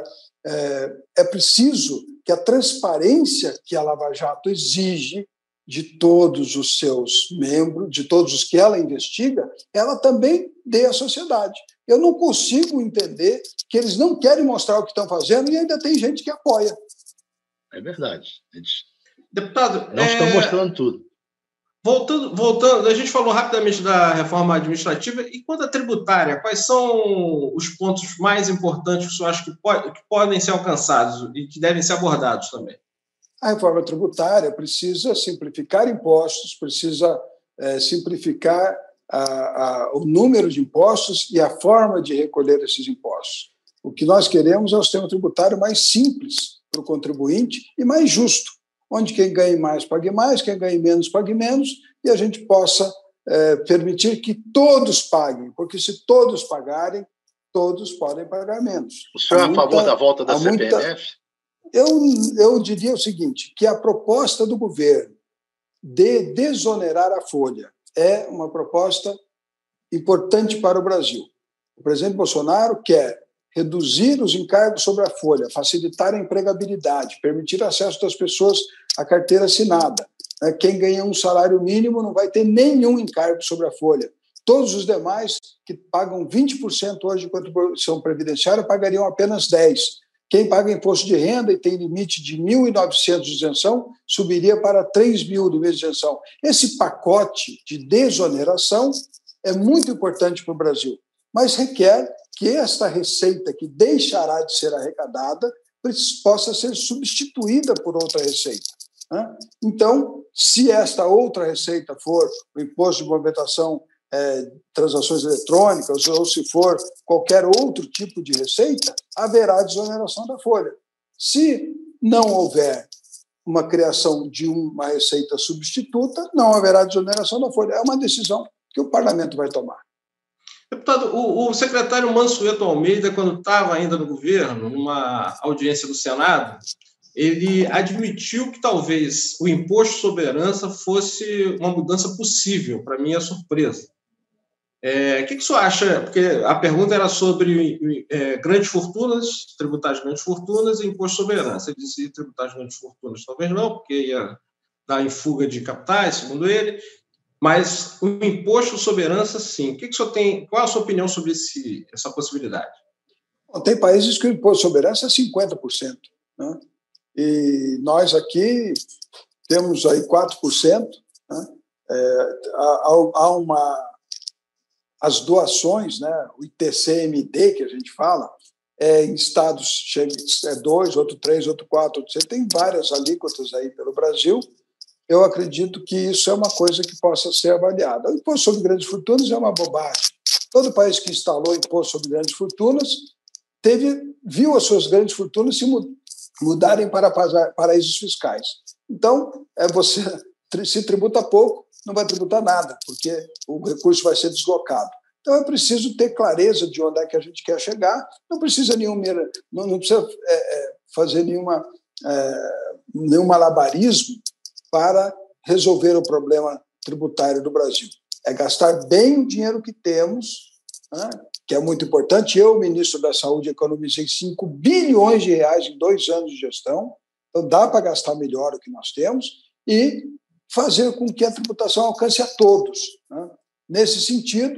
é, é preciso que a transparência que a Lava Jato exige de todos os seus membros, de todos os que ela investiga, ela também dê à sociedade. Eu não consigo entender que eles não querem mostrar o que estão fazendo e ainda tem gente que apoia. É verdade. Eles Deputado, não é... estão mostrando tudo. Voltando, voltando, a gente falou rapidamente da reforma administrativa. E quanto à tributária, quais são os pontos mais importantes que o senhor acha que, pode, que podem ser alcançados e que devem ser abordados também? A reforma tributária precisa simplificar impostos, precisa é, simplificar a, a, o número de impostos e a forma de recolher esses impostos. O que nós queremos é um sistema tributário mais simples para o contribuinte e mais justo, onde quem ganhe mais pague mais, quem ganhe menos pague menos, e a gente possa é, permitir que todos paguem, porque se todos pagarem, todos podem pagar menos. O senhor é a favor da volta da C P M F? Muita... Eu, eu diria o seguinte, que a proposta do governo de desonerar a folha é uma proposta importante para o Brasil. O presidente Bolsonaro quer reduzir os encargos sobre a folha, facilitar a empregabilidade, permitir acesso das pessoas à carteira assinada. Quem ganha um salário mínimo não vai ter nenhum encargo sobre a folha. Todos os demais, que pagam vinte por cento hoje de contribuição previdenciária, pagariam apenas dez por cento. Quem paga imposto de renda e tem limite de mil e novecentos de isenção, subiria para três mil de isenção. Esse pacote de desoneração é muito importante para o Brasil, mas requer que esta receita, que deixará de ser arrecadada, possa ser substituída por outra receita. Então, se esta outra receita for o imposto de movimentação, é, transações eletrônicas, ou se for qualquer outro tipo de receita, haverá desoneração da folha. Se não houver uma criação de uma receita substituta, não haverá desoneração da folha. É uma decisão que o parlamento vai tomar. Deputado, o, o secretário Mansueto Almeida, quando estava ainda no governo, numa audiência do Senado, ele admitiu que talvez o imposto sobre herança fosse uma mudança possível, para minha surpresa. É, o que, que o senhor acha? Porque a pergunta era sobre é, grandes fortunas, tributar as grandes fortunas e imposto sobre herança. Ele disse tributar as grandes fortunas talvez não, porque ia dar em fuga de capitais, segundo ele, mas o imposto sobre herança, sim. O que, que o senhor tem? Qual é a sua opinião sobre esse, essa possibilidade? Bom, tem países que o imposto sobre herança é cinquenta por cento, né? E nós aqui temos aí quatro por cento, né? É, há, há uma... As doações, né, o I T C M D, que a gente fala, é, em estados chega, é dois, outro três, outro quatro, outro seis, tem várias alíquotas aí pelo Brasil. Eu acredito que isso é uma coisa que possa ser avaliada. O imposto sobre grandes fortunas é uma bobagem. Todo país que instalou imposto sobre grandes fortunas teve, viu as suas grandes fortunas se mudarem para paraísos fiscais. Então, é você se tributa pouco, não vai tributar nada, porque o recurso vai ser deslocado. Então, é preciso ter clareza de onde é que a gente quer chegar, não precisa, nenhum, não, não precisa é, é, fazer nenhuma, é, nenhum malabarismo para resolver o problema tributário do Brasil. É gastar bem o dinheiro que temos, né, que é muito importante. Eu, ministro da Saúde, economizei cinco bilhões de reais em dois anos de gestão, então dá para gastar melhor o que nós temos e fazer com que a tributação alcance a todos, né? Nesse sentido,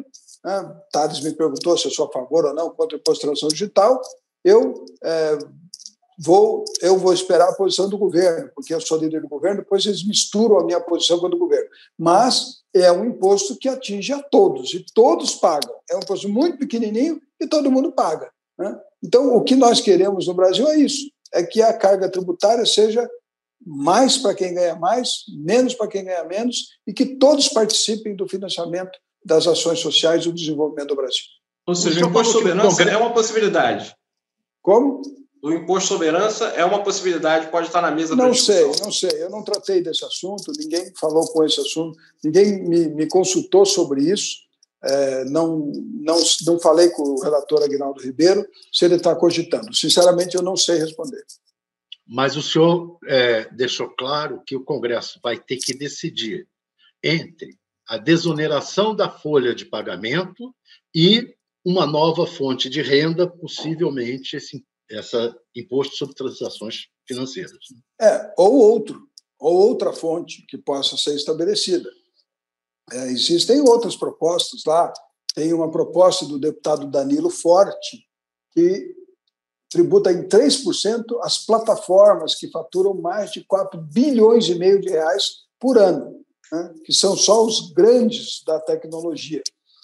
Né? Thales me perguntou se eu sou a favor ou não contra a imposto de transação digital. Eu, é, vou, eu vou esperar a posição do governo, porque eu sou líder do governo, depois eles misturam a minha posição com a do governo. Mas é um imposto que atinge a todos, e todos pagam. É um imposto muito pequenininho e todo mundo paga. Né? Então, o que nós queremos no Brasil é isso, é que a carga tributária seja mais para quem ganha mais, menos para quem ganha menos, e que todos participem do financiamento das ações sociais e do desenvolvimento do Brasil. Ou seja, o imposto sobre herança é uma possibilidade. Como? O imposto sobre herança é uma possibilidade, pode estar na mesa para Não discussão. sei, não sei. Eu não tratei desse assunto, ninguém falou com esse assunto, ninguém me, me consultou sobre isso. É, não, não, não falei com o relator Aguinaldo Ribeiro se ele está cogitando. Sinceramente, eu não sei responder. Mas o senhor é, deixou claro que o Congresso vai ter que decidir entre a desoneração da folha de pagamento e uma nova fonte de renda, possivelmente esse essa imposto sobre transações financeiras. É, ou outro, ou outra fonte que possa ser estabelecida. É, existem outras propostas lá. Tem uma proposta do deputado Danilo Forte, que tributa em três por cento as plataformas que faturam mais de quatro bilhões e meio de reais por ano, né, que são só os grandes da tecnologia.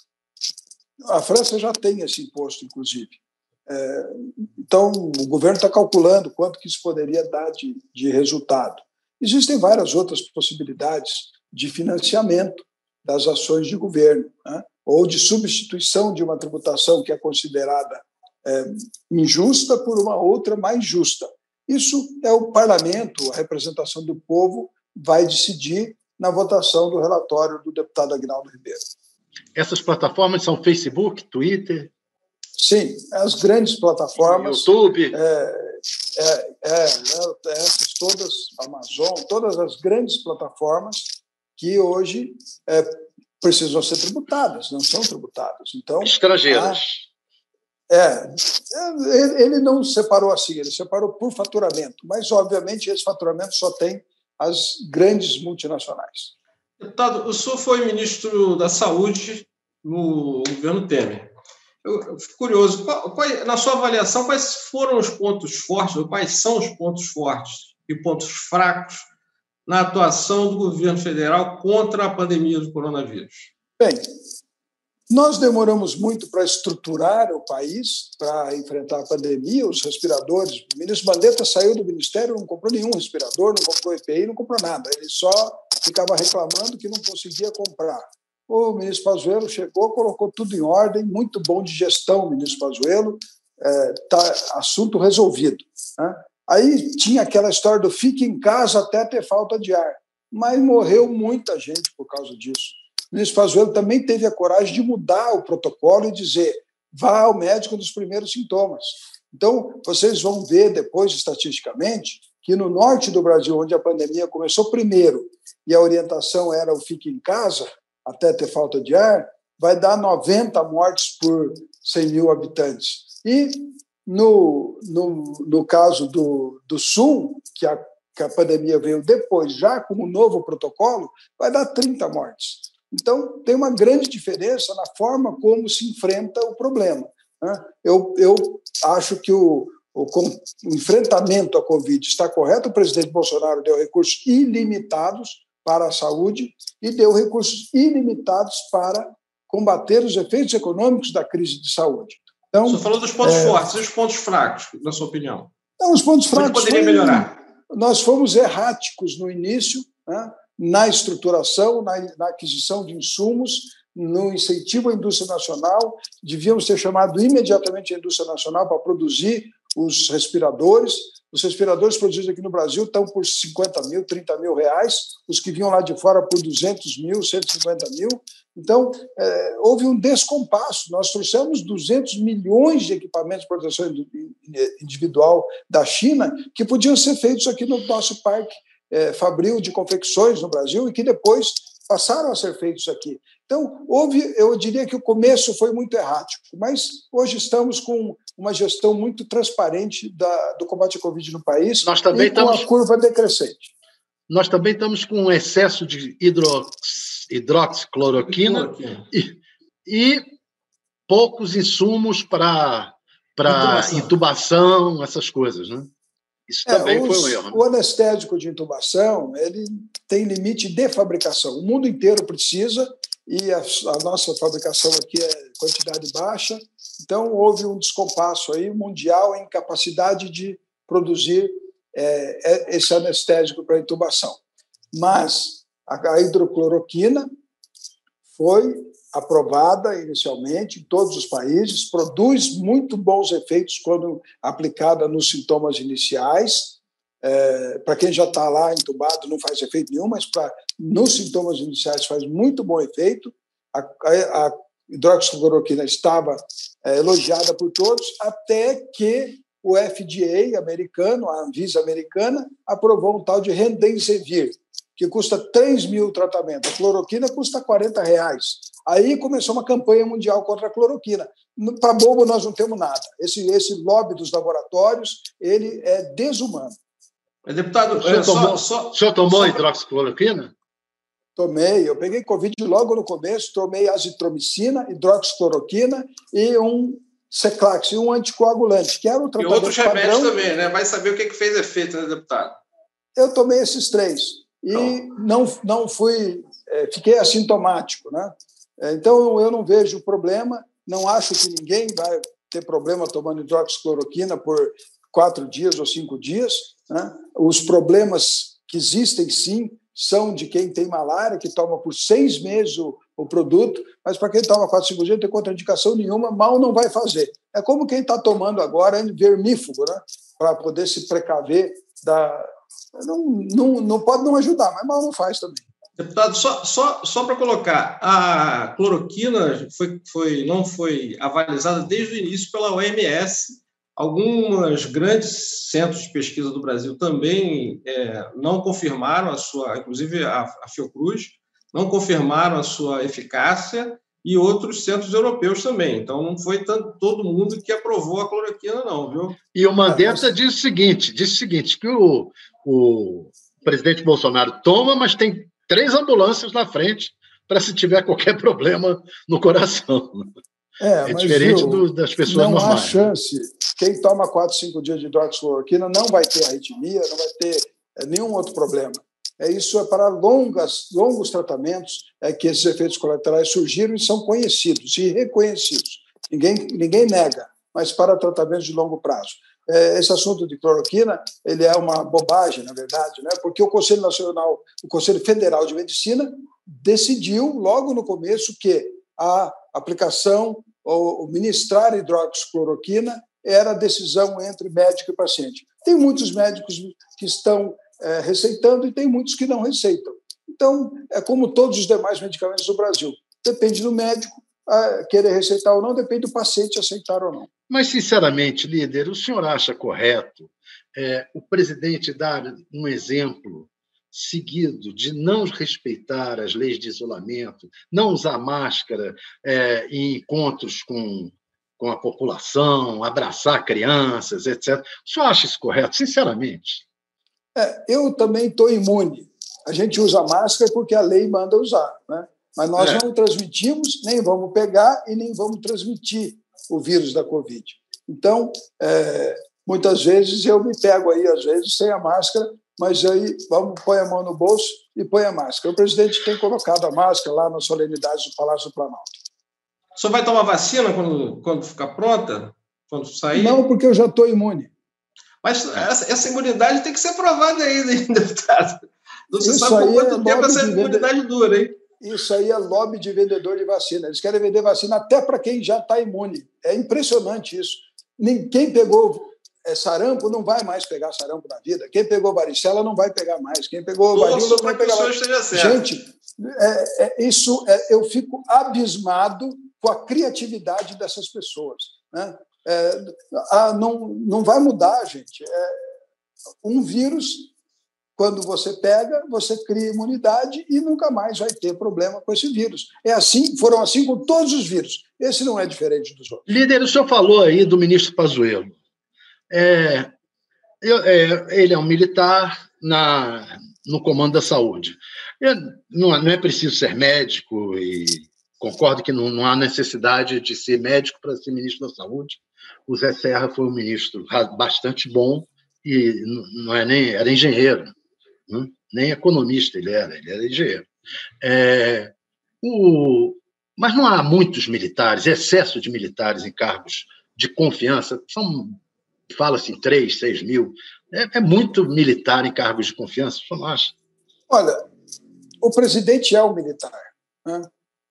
A França já tem esse imposto, inclusive. É, então, o governo está calculando quanto que isso poderia dar de, de resultado. Existem várias outras possibilidades de financiamento das ações de governo, né, ou de substituição de uma tributação que é considerada é, injusta por uma outra mais justa. Isso é o parlamento, a representação do povo, vai decidir na votação do relatório do deputado Aguinaldo Ribeiro. Essas plataformas são Facebook, Twitter? Sim, as grandes plataformas. YouTube? É, é, é, é, essas todas, Amazon, todas as grandes plataformas que hoje é, precisam ser tributadas, não são tributadas. Então, estrangeiras. A, é, ele não separou assim, ele separou por faturamento, mas, obviamente, esse faturamento só tem as grandes multinacionais. Deputado, o senhor foi ministro da Saúde no governo Temer. Eu fico curioso, qual, qual, na sua avaliação, quais foram os pontos fortes, ou quais são os pontos fortes e pontos fracos na atuação do governo federal contra a pandemia do coronavírus? Bem, nós demoramos muito para estruturar o país para enfrentar a pandemia, os respiradores. O ministro Mandetta saiu do ministério, não comprou nenhum respirador, não comprou E P I, não comprou nada. Ele só ficava reclamando que não conseguia comprar. O ministro Pazuello chegou, colocou tudo em ordem, muito bom de gestão, ministro Pazuello, é, tá, assunto resolvido. Né? Aí tinha aquela história do fique em casa até ter falta de ar, mas morreu muita gente por causa disso. O ministro Pazuello também teve a coragem de mudar o protocolo e dizer vá ao médico nos primeiros sintomas. Então, vocês vão ver depois, estatisticamente, que no norte do Brasil, onde a pandemia começou primeiro e a orientação era o fique em casa, até ter falta de ar, vai dar noventa mortes por cem mil habitantes. E, no, no, no caso do, do Sul, que a, que a pandemia veio depois, já com o novo protocolo, vai dar trinta mortes. Então, tem uma grande diferença na forma como se enfrenta o problema. Né? Eu, eu acho que o, o, o enfrentamento à Covid está correto, o presidente Bolsonaro deu recursos ilimitados para a saúde e deu recursos ilimitados para combater os efeitos econômicos da crise de saúde. Então, você falou dos pontos é... fortes e os pontos fracos, na sua opinião? Então, os pontos fracos... Onde poderia foi... melhorar? Nós fomos erráticos no início, né, na estruturação, na, na aquisição de insumos, no incentivo à indústria nacional. Devíamos ter chamado imediatamente a indústria nacional para produzir os respiradores. Os respiradores produzidos aqui no Brasil estão por cinquenta mil, trinta mil reais, os que vinham lá de fora por duzentos mil, cento e cinquenta mil. Então, é, houve um descompasso. Nós trouxemos duzentos milhões de equipamentos de proteção individual da China que podiam ser feitos aqui no nosso parque é, fabril de confecções no Brasil e que depois passaram a ser feitos aqui. Então, houve, eu diria que o começo foi muito errático, mas hoje estamos com uma gestão muito transparente da, do combate à Covid no país. Nós também e com estamos, a curva decrescente. Nós também estamos com um excesso de hidrox, hidroxicloroquina e, e poucos insumos para intubação. intubação, essas coisas, né? Isso também é, os, foi um erro. Né? O anestésico de intubação ele tem limite de fabricação. O mundo inteiro precisa e a, a nossa fabricação aqui é quantidade baixa. Então, houve um descompasso aí mundial em capacidade de produzir é, esse anestésico para intubação. Mas a hidrocloroquina foi aprovada inicialmente em todos os países, produz muito bons efeitos quando aplicada nos sintomas iniciais. É, para quem já está lá entubado não faz efeito nenhum, mas pra, nos sintomas iniciais faz muito bom efeito. A, a, a hidroxicloroquina estava é, elogiada por todos, até que o F D A americano, a Anvisa americana, aprovou um tal de Remdesivir, que custa três mil tratamentos. A cloroquina custa quarenta reais. Aí começou uma campanha mundial contra a cloroquina. Para bobo, nós não temos nada. Esse, esse lobby dos laboratórios ele é desumano. Mas, deputado, o senhor é, tomou, só, o senhor tomou só... hidroxicloroquina? Tomei. Eu peguei Covid logo no começo, tomei azitromicina, hidroxicloroquina e um Seclax, um anticoagulante, que era o tratamento e outros remédios padrão. Também, né? Vai saber o que fez efeito, né, deputado? Eu tomei esses três. E não, não fui... É, fiquei assintomático, né? Então, eu não vejo problema, não acho que ninguém vai ter problema tomando hidroxicloroquina por quatro dias ou cinco dias. Né? Os problemas que existem, sim, são de quem tem malária, que toma por seis meses o, o produto, mas para quem toma quatro, cinco dias não tem contraindicação nenhuma, mal não vai fazer. É como quem está tomando agora vermífugo, né? Para poder se precaver da... Não, não, não pode não ajudar, mas mal não faz também. Deputado, só, só, só para colocar, a cloroquina foi, foi, não foi avalizada desde o início pela O M S. Alguns grandes centros de pesquisa do Brasil também é, não confirmaram a sua, inclusive a, a Fiocruz, não confirmaram a sua eficácia, e outros centros europeus também. Então, não foi tanto, todo mundo que aprovou a cloroquina, não, viu? E o Mandetta disse o seguinte, disse o seguinte, que o, o presidente Bolsonaro toma, mas tem três ambulâncias na frente para se tiver qualquer problema no coração. É, é diferente viu, do, das pessoas não normais. Não há chance. Quem toma quatro, cinco dias de hidroxicloroquina não vai ter arritmia, não vai ter nenhum outro problema. É, isso é para longas, longos tratamentos é que esses efeitos colaterais surgiram e são conhecidos e reconhecidos. Ninguém, ninguém nega, mas para tratamentos de longo prazo. É, esse assunto de cloroquina ele é uma bobagem, na verdade, né? Porque o Conselho Nacional, o Conselho Federal de Medicina decidiu logo no começo que a aplicação ou ministrar hidroxicloroquina era decisão entre médico e paciente. Tem muitos médicos que estão é, receitando e tem muitos que não receitam. Então, é como todos os demais medicamentos do Brasil. Depende do médico a querer receitar ou não, depende do paciente aceitar ou não. Mas, sinceramente, líder, o senhor acha correto é, o presidente dar um exemplo seguido de não respeitar as leis de isolamento, não usar máscara é, em encontros com, com a população, abraçar crianças, etcétera. O senhor acha isso correto, sinceramente? É, eu também estou imune. A gente usa máscara porque a lei manda usar, né? Mas nós é. não transmitimos, nem vamos pegar e nem vamos transmitir o vírus da Covid. Então, é, muitas vezes eu me pego aí, às vezes, sem a máscara, mas aí vamos, põe a mão no bolso e põe a máscara. O presidente tem colocado a máscara lá nas solenidades do Palácio do Planalto. O senhor vai tomar vacina quando, quando ficar pronta? Quando sair? Não, porque eu já estou imune. Mas essa, essa imunidade tem que ser provada ainda, hein, deputado? Não se sabe por quanto é tempo essa imunidade vende... dura, hein? Isso aí é lobby de vendedor de vacina. Eles querem vender vacina até para quem já está imune. É impressionante isso. Quem pegou sarampo não vai mais pegar sarampo na vida. Quem pegou varicela não vai pegar mais. Quem pegou varíola não vai pegar mais. Gente, é, é, isso, é, eu fico abismado com a criatividade dessas pessoas. Né? É, a, não, não vai mudar, gente. É, um vírus... Quando você pega, você cria imunidade e nunca mais vai ter problema com esse vírus. É assim, foram assim com todos os vírus. Esse não é diferente dos outros. Líder, o senhor falou aí do ministro Pazuello. É, é, ele é um militar na, no comando da saúde. É, não, não é preciso ser médico e concordo que não, não há necessidade de ser médico para ser ministro da Saúde. O Zé Serra foi um ministro bastante bom e não é nem, era engenheiro, né? Nem economista ele era, ele era engenheiro. É, o, mas não há muitos militares, excesso de militares em cargos de confiança. São, fala-se em três, seis mil. É, é muito militar em cargos de confiança, você não acha? Olha, o presidente é um militar, né?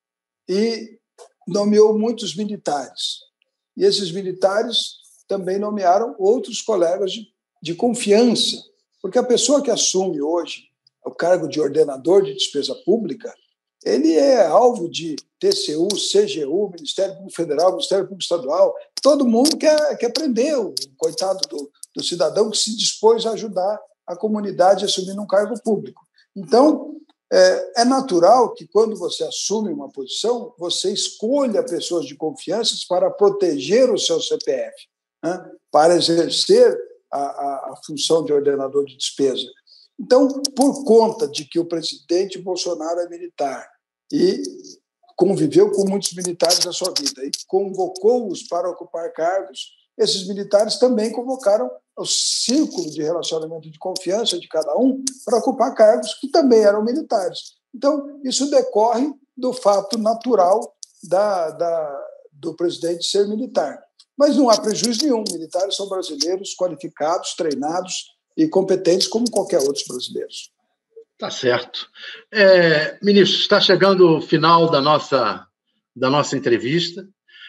E nomeou muitos militares. E esses militares também nomearam outros colegas de, de confiança, porque a pessoa que assume hoje o cargo de ordenador de despesa pública, ele é alvo de T C U, C G U, Ministério Público Federal, Ministério Público Estadual. Todo mundo quer, quer prender o coitado do, do cidadão que se dispôs a ajudar a comunidade a assumir um cargo público. Então, é, é natural que, quando você assume uma posição, você escolha pessoas de confiança para proteger o seu C P F, né, para exercer a, a, a função de ordenador de despesa. Então, por conta de que o presidente Bolsonaro é militar e conviveu com muitos militares na sua vida e convocou-os para ocupar cargos, esses militares também convocaram o círculo de relacionamento de confiança de cada um para ocupar cargos que também eram militares. Então, isso decorre do fato natural da, da, do presidente ser militar. Mas não há prejuízo nenhum. Militares são brasileiros qualificados, treinados e competentes como qualquer outro brasileiro. Tá certo. É, ministro, está chegando o final da nossa, da nossa entrevista.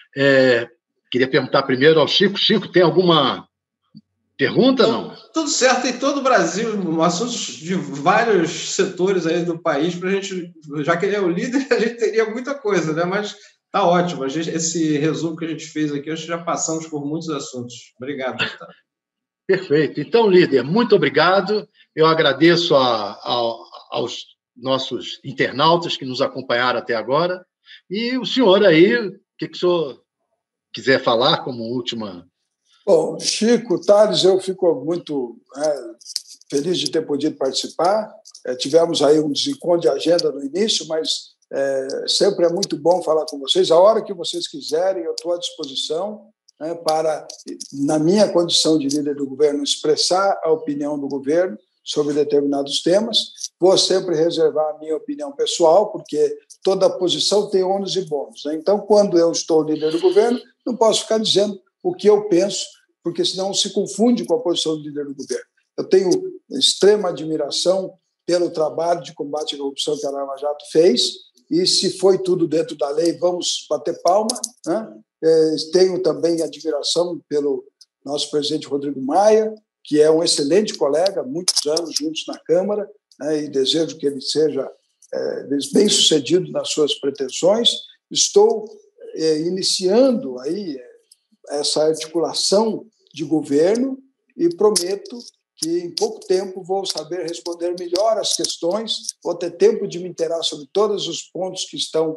É, queria perguntar primeiro ao Chico. Chico, tem alguma pergunta, não? não? Tudo certo, em todo o Brasil, assuntos de vários setores aí do país, para a gente, já que ele é o líder, a gente teria muita coisa, né? Mas tá ótimo. A gente, esse resumo que a gente fez aqui, acho que já passamos por muitos assuntos. Obrigado, deputado. Perfeito. Então, líder, muito obrigado. Eu agradeço a, a, aos nossos internautas que nos acompanharam até agora. E o senhor aí, o que, que o senhor quiser falar como última... Bom, Chico, Thales, eu fico muito é, feliz de ter podido participar. É, tivemos aí um desencontro de agenda no início, mas é, sempre é muito bom falar com vocês. A hora que vocês quiserem, eu estou à disposição, né, para, na minha condição de líder do governo, expressar a opinião do governo sobre determinados temas. Vou sempre reservar a minha opinião pessoal, porque toda posição tem ônus e bônus, né? Então, quando eu estou líder do governo, não posso ficar dizendo o que eu penso, porque senão se confunde com a posição do líder do governo. Eu tenho extrema admiração pelo trabalho de combate à corrupção que a Lava Jato fez, e se foi tudo dentro da lei, vamos bater palma, né? Tenho também admiração pelo nosso presidente Rodrigo Maia, que é um excelente colega, muitos anos juntos na Câmara, né, e desejo que ele seja é, bem-sucedido nas suas pretensões. Estou é, iniciando aí essa articulação de governo e prometo que em pouco tempo vou saber responder melhor as questões, vou ter tempo de me inteirar sobre todos os pontos que estão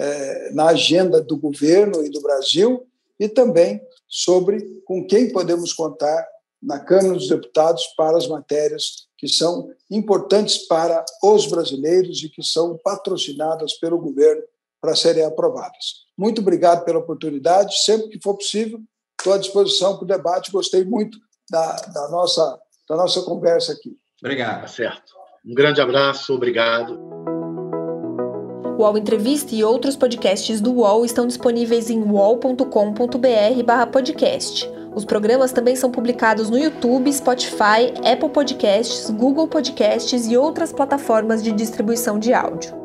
é, na agenda do governo e do Brasil, e também sobre com quem podemos contar na Câmara dos Deputados para as matérias que são importantes para os brasileiros e que são patrocinadas pelo governo para serem aprovadas. Muito obrigado pela oportunidade. Sempre que for possível, estou à disposição para o debate. Gostei muito da, da, nossa, da nossa conversa aqui. Obrigado. Certo. Um grande abraço. Obrigado. O U O L Entrevista e outros podcasts do U O L estão disponíveis em uol ponto com ponto br barra podcast. Os programas também são publicados no YouTube, Spotify, Apple Podcasts, Google Podcasts e outras plataformas de distribuição de áudio.